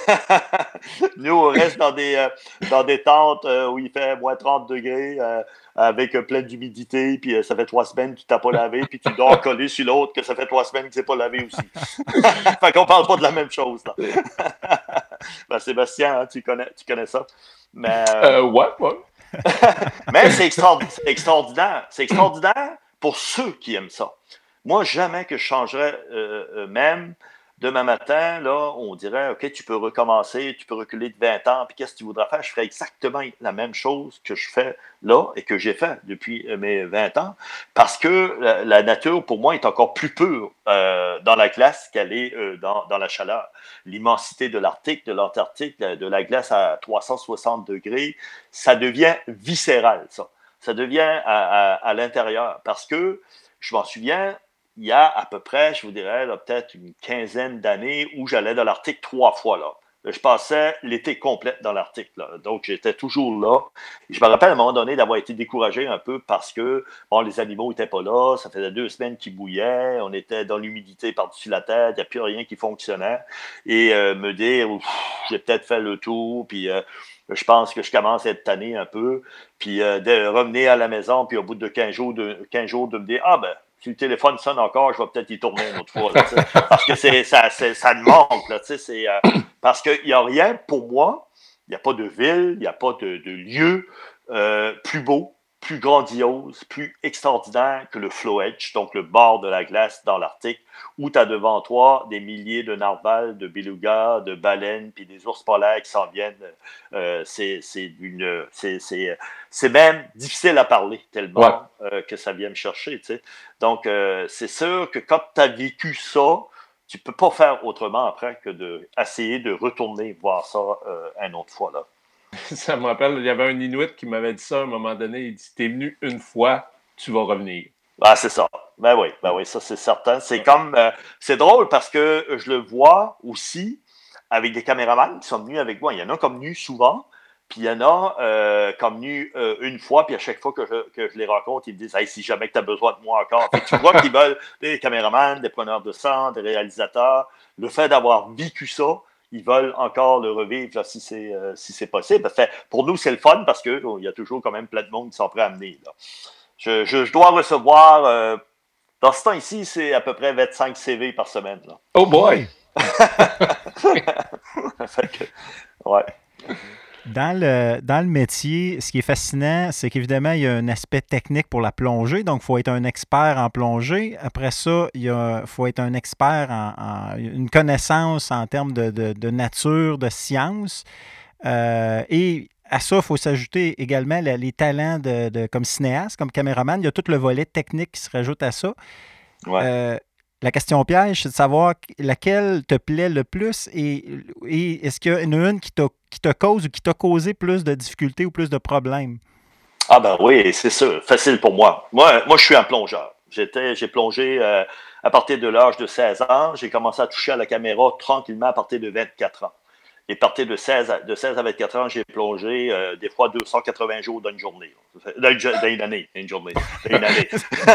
Nous, on reste dans des tentes où il fait moins 30 degrés avec plein d'humidité, puis ça fait 3 semaines que tu t'as pas lavé, puis tu dors collé sur l'autre que ça fait 3 semaines que tu n'es pas lavé aussi. Fait qu'on parle pas de la même chose. Là. Ben, Sébastien, hein, tu connais ça. Mais, ouais. mais c'est extraordinaire. C'est extraordinaire pour ceux qui aiment ça. Moi, jamais que je changerais même demain matin, là, on dirait, OK, tu peux recommencer, tu peux reculer de 20 ans, puis qu'est-ce que tu voudrais faire? Je ferais exactement la même chose que je fais là et que j'ai fait depuis mes 20 ans, parce que la nature, pour moi, est encore plus pure dans la glace qu'elle est dans la chaleur. L'immensité de l'Arctique, de l'Antarctique, de la glace à 360 degrés, ça devient viscéral, ça. Ça devient à l'intérieur, parce que, je m'en souviens, il y a à peu près, je vous dirais, peut-être une quinzaine d'années où j'allais dans l'Arctique 3 fois. Là. Je passais l'été complet dans l'Arctique. Là. Donc, j'étais toujours là. Et je me rappelle à un moment donné d'avoir été découragé un peu parce que bon, les animaux n'étaient pas là. Ça faisait 2 semaines qu'ils bouillaient. On était dans l'humidité par-dessus la tête. Il n'y a plus rien qui fonctionnait. Et me dire, j'ai peut-être fait le tour. Puis je pense que je commence à être tanné un peu. Puis de revenir à la maison. Puis au bout de 15 jours, de me dire, si le téléphone sonne encore, je vais peut-être y tourner une autre fois. Là, parce que ça me manque. Là, parce qu'il n'y a rien pour moi. Il n'y a pas de ville, il n'y a pas de lieu plus beau, plus grandiose, plus extraordinaire que le floe edge, donc le bord de la glace dans l'Arctique, où tu as devant toi des milliers de narvals, de belugas, de baleines, puis des ours polaires qui s'en viennent. C'est même difficile à parler tellement que ça vient me chercher. Tu sais. Donc, c'est sûr que quand tu as vécu ça, tu ne peux pas faire autrement après que d'essayer de retourner voir ça une autre fois. Là. Ça me rappelle, il y avait un Inuit qui m'avait dit ça à un moment donné. Il dit, t'es venu une fois, tu vas revenir. Ah, c'est ça. Ben oui, ça c'est certain. C'est comme, c'est drôle parce que je le vois aussi avec des caméramans qui sont venus avec moi. Il y en a comme venus souvent, puis il y en a comme venus une fois, puis à chaque fois que je les rencontre, ils me disent, hey, si jamais tu as besoin de moi encore. Fait que tu vois qu'ils veulent des caméramans, des preneurs de sang, des réalisateurs. Le fait d'avoir vécu ça, ils veulent encore le revivre là, si c'est possible. Fait, pour nous, c'est le fun parce qu'il y a toujours quand même plein de monde qui sont prêts à amener. Là. Je dois recevoir, dans ce temps ici, c'est à peu près 25 CV par semaine. Là. Oh boy! Fait que, ouais. Dans le métier, ce qui est fascinant, c'est qu'évidemment, il y a un aspect technique pour la plongée. Donc, il faut être un expert en plongée. Après ça, il faut être un expert une connaissance en termes de nature, de science. Et à ça, il faut s'ajouter également les talents comme cinéaste, comme caméraman. Il y a tout le volet technique qui se rajoute à ça. Ouais. La question piège, c'est de savoir laquelle te plaît le plus et est-ce qu'il y en a une qui te cause ou qui t'a causé plus de difficultés ou plus de problèmes? Ah ben oui, c'est ça, facile pour moi. Moi, je suis un plongeur. J'ai plongé à partir de l'âge de 16 ans. J'ai commencé à toucher à la caméra tranquillement à partir de 24 ans. Et à partir de 16 à 24 ans, j'ai plongé des fois 280 jours dans une journée. Dans une année. Une journée. Dans une année.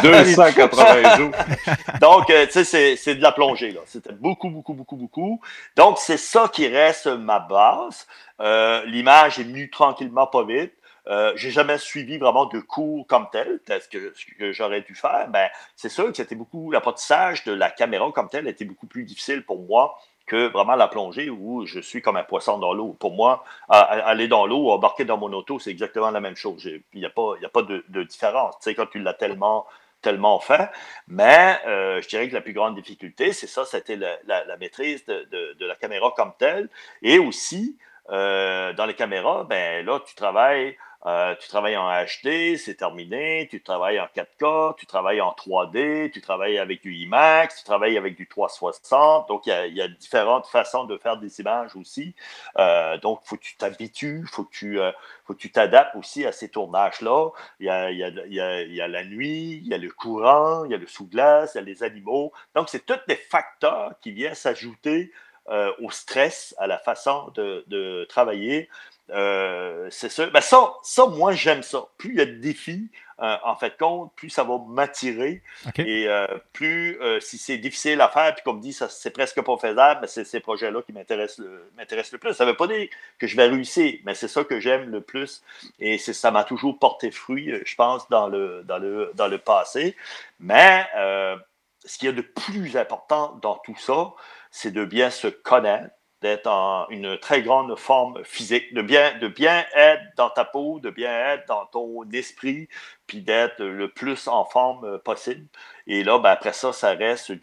280 jours. Donc, tu sais, c'est de la plongée. Là. C'était beaucoup, beaucoup, beaucoup, beaucoup. Donc, c'est ça qui reste ma base. L'image est venue tranquillement, pas vite. J'ai jamais suivi vraiment de cours comme tel, ce que j'aurais dû faire. Ben, c'est sûr que c'était l'apprentissage de la caméra comme tel était beaucoup plus difficile pour moi que vraiment la plongée où je suis comme un poisson dans l'eau. Pour moi, aller dans l'eau, embarquer dans mon auto, c'est exactement la même chose. Il n'y a pas de différence. Tu sais, quand tu l'as tellement fait. Mais je dirais que la plus grande difficulté, c'est ça, c'était la maîtrise de la caméra comme telle. Et aussi, dans les caméras, ben là, tu travailles en HD, c'est terminé, tu travailles en 4K, tu travailles en 3D, tu travailles avec du IMAX, tu travailles avec du 360. Donc, il y a différentes façons de faire des images aussi. Donc, il faut que tu t'habitues, il faut que tu t'adaptes aussi à ces tournages-là. Il y a la nuit, il y a le courant, il y a le sous-glace, il y a les animaux. Donc, c'est tous des facteurs qui viennent s'ajouter au stress, à la façon de travailler. C'est sûr. Ben ça, moi, j'aime ça. Plus il y a de défis, en fait, compte, plus ça va m'attirer. Okay. Et plus, si c'est difficile à faire, puis comme dit, ça, c'est presque pas faisable, mais c'est ces projets-là qui m'intéressent le plus. Ça ne veut pas dire que je vais réussir, mais c'est ça que j'aime le plus. Et ça m'a toujours porté fruit, je pense, dans le passé. Mais ce qu'il y a de plus important dans tout ça, c'est de bien se connaître, d'être en une très grande forme physique, de bien être dans ta peau, de bien être dans ton esprit, puis d'être le plus en forme possible. Et là, ben, après ça, ça reste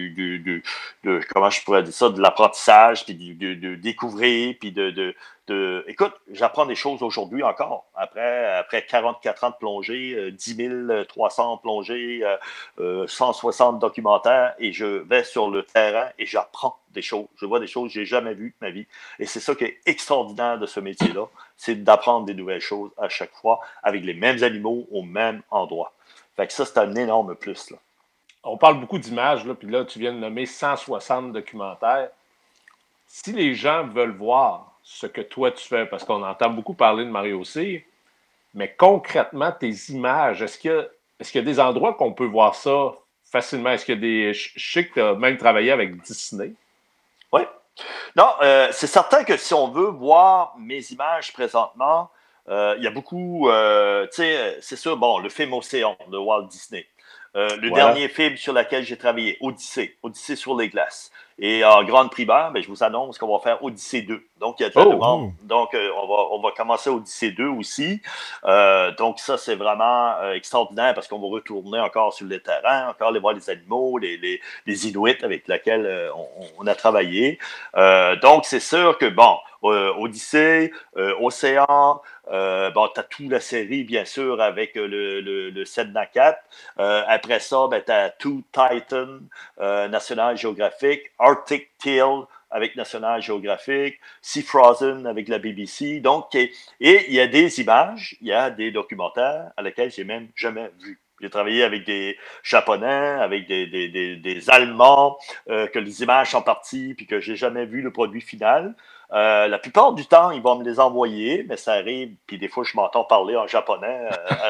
comment je pourrais dire ça, de l'apprentissage, puis de découvrir, puis écoute, j'apprends des choses aujourd'hui encore. Après 44 ans de plongée, 10 300 plongées, 160 documentaires, et je vais sur le terrain et j'apprends des choses. Je vois des choses que je n'ai jamais vues de ma vie. Et c'est ça qui est extraordinaire de ce métier-là, c'est d'apprendre des nouvelles choses à chaque fois avec les mêmes animaux au même endroit. Fait que ça, c'est un énorme plus, là. On parle beaucoup d'images, là, puis là, tu viens de nommer 160 documentaires. Si les gens veulent voir ce que toi tu fais, parce qu'on entend beaucoup parler de Mario Cyr, mais concrètement, tes images, est-ce qu'il y a des endroits qu'on peut voir ça facilement? Est-ce qu'il y a des... Je sais que tu as même travaillé avec Disney. Oui. Non, c'est certain que si on veut voir mes images présentement, il y a beaucoup, tu sais, c'est sûr, bon, le film Océan de Walt Disney. Le dernier film sur lequel j'ai travaillé, Odyssée sur les glaces. Et en grande primeur, ben, je vous annonce qu'on va faire Odyssée 2. Donc, il y a de la demande. Donc, on va commencer Odyssée 2 aussi. Donc, ça, c'est vraiment extraordinaire parce qu'on va retourner encore sur le terrain, encore aller voir les animaux, les Inuits avec lesquels on a travaillé. Donc, c'est sûr que, bon, Odyssée, Océan, bon, tu as toute la série, bien sûr, avec le Sedna 4. Après ça, ben, tu as Two Titan, National Geographic, Arctic Tail avec National Geographic, Sea Frozen avec la BBC. Donc, et il y a des images, il y a des documentaires à lesquels j'ai même jamais vu. J'ai travaillé avec des Japonais, avec des Allemands, que les images sont parties, puis que j'ai jamais vu le produit final. La plupart du temps, ils vont me les envoyer, mais ça arrive, puis des fois, je m'entends parler en japonais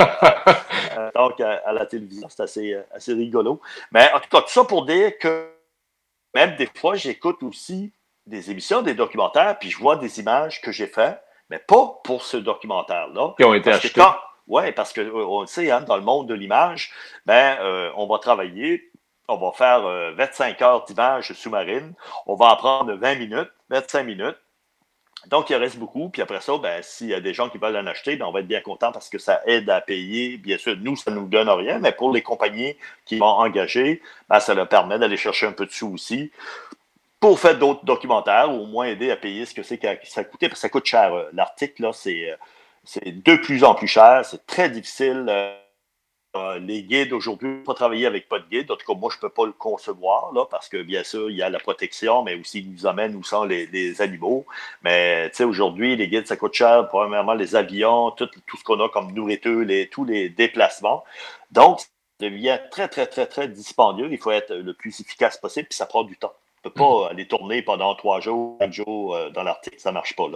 donc à la télévision. C'est assez rigolo. Mais en tout cas, tout ça pour dire que même des fois, j'écoute aussi des émissions, des documentaires, puis je vois des images que j'ai faites, mais pas pour ce documentaire-là. Qui ont été achetés. Oui, parce que on le sait, hein, dans le monde de l'image, on va travailler, on va faire 25 heures d'images sous-marine, on va en prendre 20 minutes, 25 minutes. Donc, il en reste beaucoup. Puis après ça, s'il y a des gens qui veulent en acheter, on va être bien content parce que ça aide à payer. Bien sûr, nous, ça ne nous donne rien, mais pour les compagnies qui vont engager, ça leur permet d'aller chercher un peu de sous aussi pour faire d'autres documentaires ou au moins aider à payer ce que c'est que ça coûtait. Parce que ça coûte cher. L'article, là, c'est de plus en plus cher. C'est très difficile. Les guides aujourd'hui, on ne peut pas travailler avec pas de guide. En tout cas, moi, je ne peux pas le concevoir là, parce que, bien sûr, il y a la protection, mais aussi, ils nous amènent où sont les animaux. Mais, tu sais, aujourd'hui, les guides, ça coûte cher. Premièrement, les avions, tout ce qu'on a comme nourriture, tous les déplacements. Donc, ça devient très, très, très, très dispendieux. Il faut être le plus efficace possible, puis ça prend du temps. On ne peut pas aller tourner pendant 3 jours, 5 jours dans l'Arctique. Ça ne marche pas, là.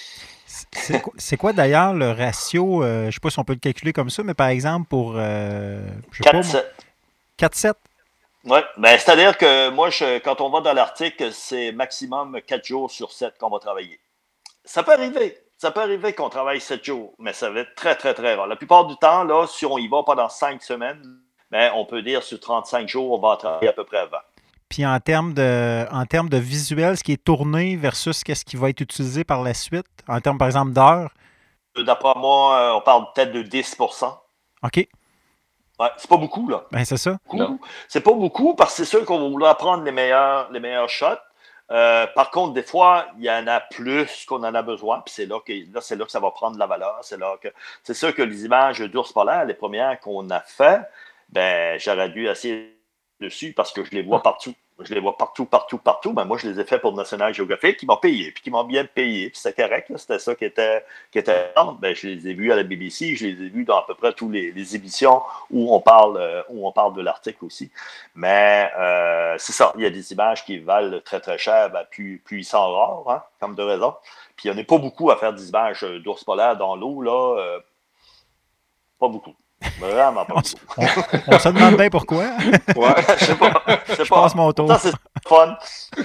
C'est quoi d'ailleurs le ratio, je ne sais pas si on peut le calculer comme ça, mais par exemple pour, je sais 4-7. pas, 4-7? Oui, c'est-à-dire que moi, quand on va dans l'Arctique, c'est maximum 4 jours sur 7 qu'on va travailler. Ça peut arriver. Ça peut arriver qu'on travaille 7 jours, mais ça va être très, très, très rare. La plupart du temps, là, si on y va pendant 5 semaines, on peut dire sur 35 jours, on va en travailler à peu près 20. Puis en termes de visuel, ce qui est tourné versus qu'est-ce qui va être utilisé par la suite, en termes, par exemple, d'heures? D'après moi, on parle peut-être de 10%. OK. Ouais, c'est pas beaucoup, là. C'est ça. Non. C'est pas beaucoup parce que c'est sûr qu'on va vouloir prendre les meilleurs shots. Par contre, des fois, il y en a plus qu'on en a besoin, puis c'est là que ça va prendre de la valeur. C'est sûr que les images d'ours polaires, les premières qu'on a fait, j'aurais dû essayer dessus parce que je les vois partout. Je les vois partout. Moi, je les ai fait pour National Geographic, qui m'ont payé, puis qui m'ont bien payé, puis c'était correct, là, c'était ça qui était. Je les ai vus à la BBC, je les ai vus dans à peu près toutes les émissions où on parle de l'Arctique aussi. Mais c'est ça, il y a des images qui valent très, très cher, plus ils sont rares, hein, comme de raison. Puis il n'y en a pas beaucoup à faire des images d'ours polaires dans l'eau, là. Pas beaucoup. Vraiment pas beaucoup. On se demande bien pourquoi. Ouais, je sais pas. Je passe mon tour. Pourtant, c'est fun.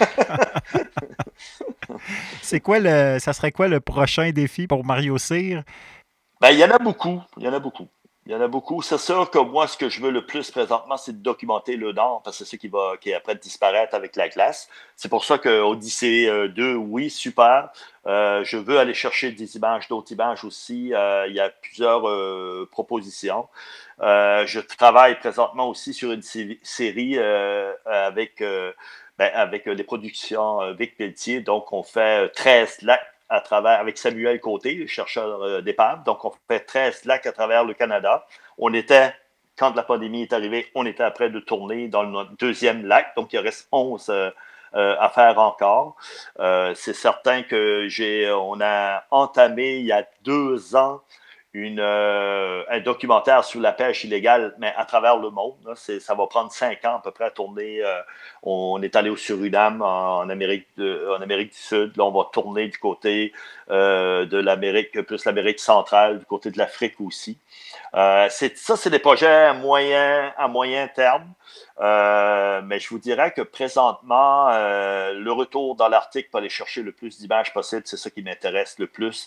Ça serait quoi le prochain défi pour Mario Cyr? Il y en a beaucoup. C'est sûr que moi, ce que je veux le plus présentement, c'est de documenter le Nord, parce que c'est ça qui est après de disparaître avec la glace. C'est pour ça que Odyssée 2, oui, super. Je veux aller chercher d'autres images aussi. Il y a plusieurs propositions. Je travaille présentement aussi sur une série avec les productions Vic Pelletier. Donc, on fait 13 lacs à travers, avec Samuel Côté, le chercheur d'épave. Donc, on fait 13 lacs à travers le Canada. Quand la pandémie est arrivée, on était après de tourner dans notre deuxième lac. Donc, il reste 11 à faire encore. C'est certain on a entamé il y a 2 ans un documentaire sur la pêche illégale, mais à travers le monde. Là, ça va prendre 5 ans à peu près à tourner. On est allé au Suriname, en Amérique du Sud. Là, on va tourner du côté de l'Amérique, plus l'Amérique centrale, du côté de l'Afrique aussi. C'est des projets à moyen terme. Mais je vous dirais que présentement, le retour dans l'Arctique pour aller chercher le plus d'images possible, c'est ça qui m'intéresse le plus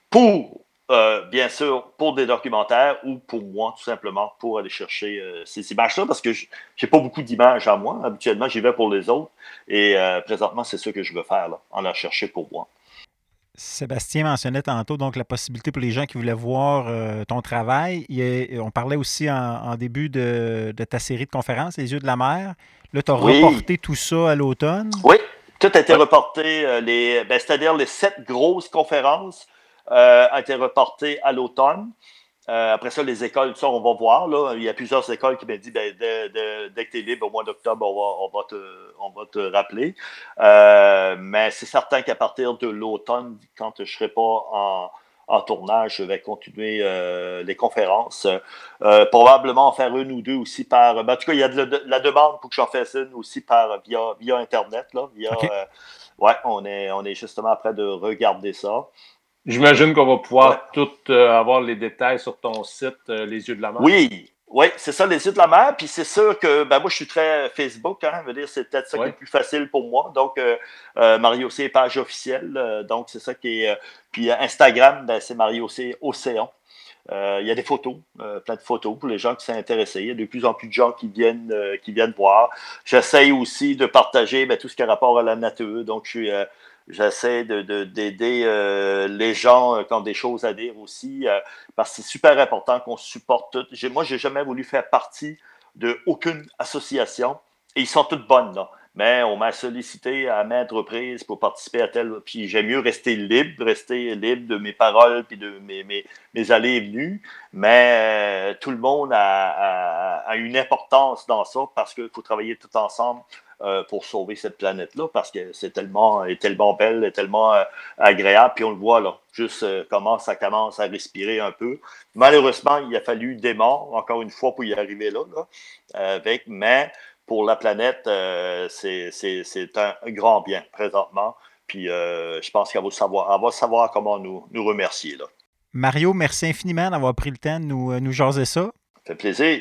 bien sûr, pour des documentaires ou pour moi, tout simplement, pour aller chercher ces images-là, parce que j'ai pas beaucoup d'images à moi. Habituellement, j'y vais pour les autres. Et présentement, c'est ça que je veux faire, là, en la chercher pour moi. Sébastien mentionnait tantôt donc la possibilité pour les gens qui voulaient voir ton travail. On parlait aussi en début de ta série de conférences, Les yeux de la mer. Là, tu as reporté tout ça à l'automne. Oui, tout a été reporté. C'est-à-dire les 7 grosses conférences a été reporté à l'automne. Après ça, les écoles, ça, on va voir. Là. Il y a plusieurs écoles qui m'ont dit dès que tu es libre au mois d'octobre, on va te rappeler. Mais c'est certain qu'à partir de l'automne, quand je ne serai pas en tournage, je vais continuer les conférences. Probablement en faire une ou deux aussi par. En tout cas, il y a de la demande pour que j'en fasse une aussi via Internet. Là, Okay. On est justement après de regarder ça. J'imagine qu'on va pouvoir tout avoir les détails sur ton site, Les Yeux de la mer. Oui, Oui, c'est ça, les yeux de la mer. Puis c'est sûr que moi, je suis très Facebook. Hein, je veux dire, c'est peut-être ça qui est le plus facile pour moi. Donc, Mario C, page officielle. Donc, c'est ça qui est. Puis Instagram, c'est Mario C Océan. Il y a des photos, plein de photos pour les gens qui sont intéressés. Il y a de plus en plus de gens qui viennent voir. J'essaye aussi de partager tout ce qui a rapport à la nature. Donc, j'essaie d'aider les gens qui ont des choses à dire aussi, parce que c'est super important qu'on se supporte tous. Moi, j'ai jamais voulu faire partie de aucune association, et ils sont toutes bonnes, là. Mais on m'a sollicité à maintes reprises pour participer à tel. Puis j'aime mieux rester libre de mes paroles puis de mes allées et venues. Mais tout le monde a une importance dans ça parce qu'il faut travailler tout ensemble pour sauver cette planète-là parce que c'est tellement belle, et tellement agréable. Puis on le voit là, juste comment ça commence à respirer un peu. Malheureusement, il a fallu des morts, encore une fois, pour y arriver là mais pour la planète, c'est un grand bien présentement. Puis je pense qu'elle va savoir comment nous remercier. Là. Mario, merci infiniment d'avoir pris le temps de nous jaser ça. Ça fait plaisir.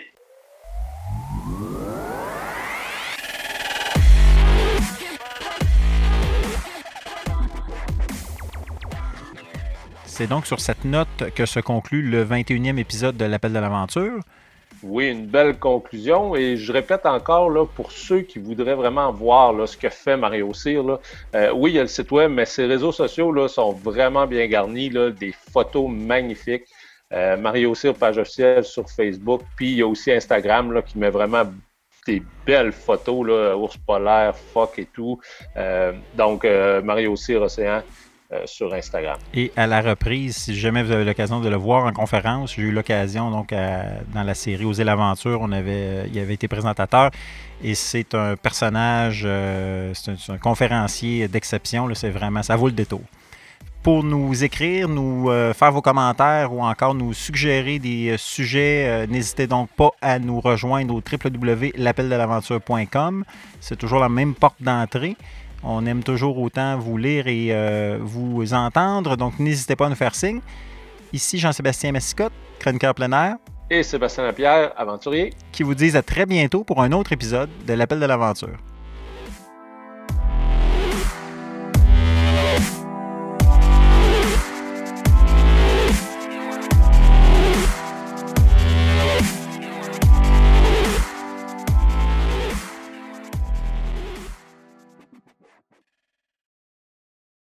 C'est donc sur cette note que se conclut le 21e épisode de l'Appel de l'aventure. Oui, une belle conclusion. Et je répète encore, là, pour ceux qui voudraient vraiment voir là, ce que fait Mario Cyr, oui, il y a le site web, mais ses réseaux sociaux là, sont vraiment bien garnis, là, des photos magnifiques. Mario Cyr, page officielle sur Facebook. Puis il y a aussi Instagram là, qui met vraiment des belles photos, là, ours polaire, phoque et tout. Donc, Mario Cyr Océan. Sur Instagram. Et à la reprise, si jamais vous avez l'occasion de le voir en conférence, j'ai eu l'occasion, donc, dans la série Oser l'aventure, il avait été présentateur et c'est un personnage, c'est un conférencier d'exception, là, c'est vraiment, ça vaut le détour. Pour nous écrire, nous faire vos commentaires ou encore nous suggérer des sujets, n'hésitez donc pas à nous rejoindre au www.lappeldel'aventure.com. C'est toujours la même porte d'entrée. On aime toujours autant vous lire et vous entendre, donc n'hésitez pas à nous faire signe. Ici Jean-Sébastien Massicotte, chroniqueur plein air. Et Sébastien Lapierre, aventurier. Qui vous disent à très bientôt pour un autre épisode de l'Appel de l'aventure.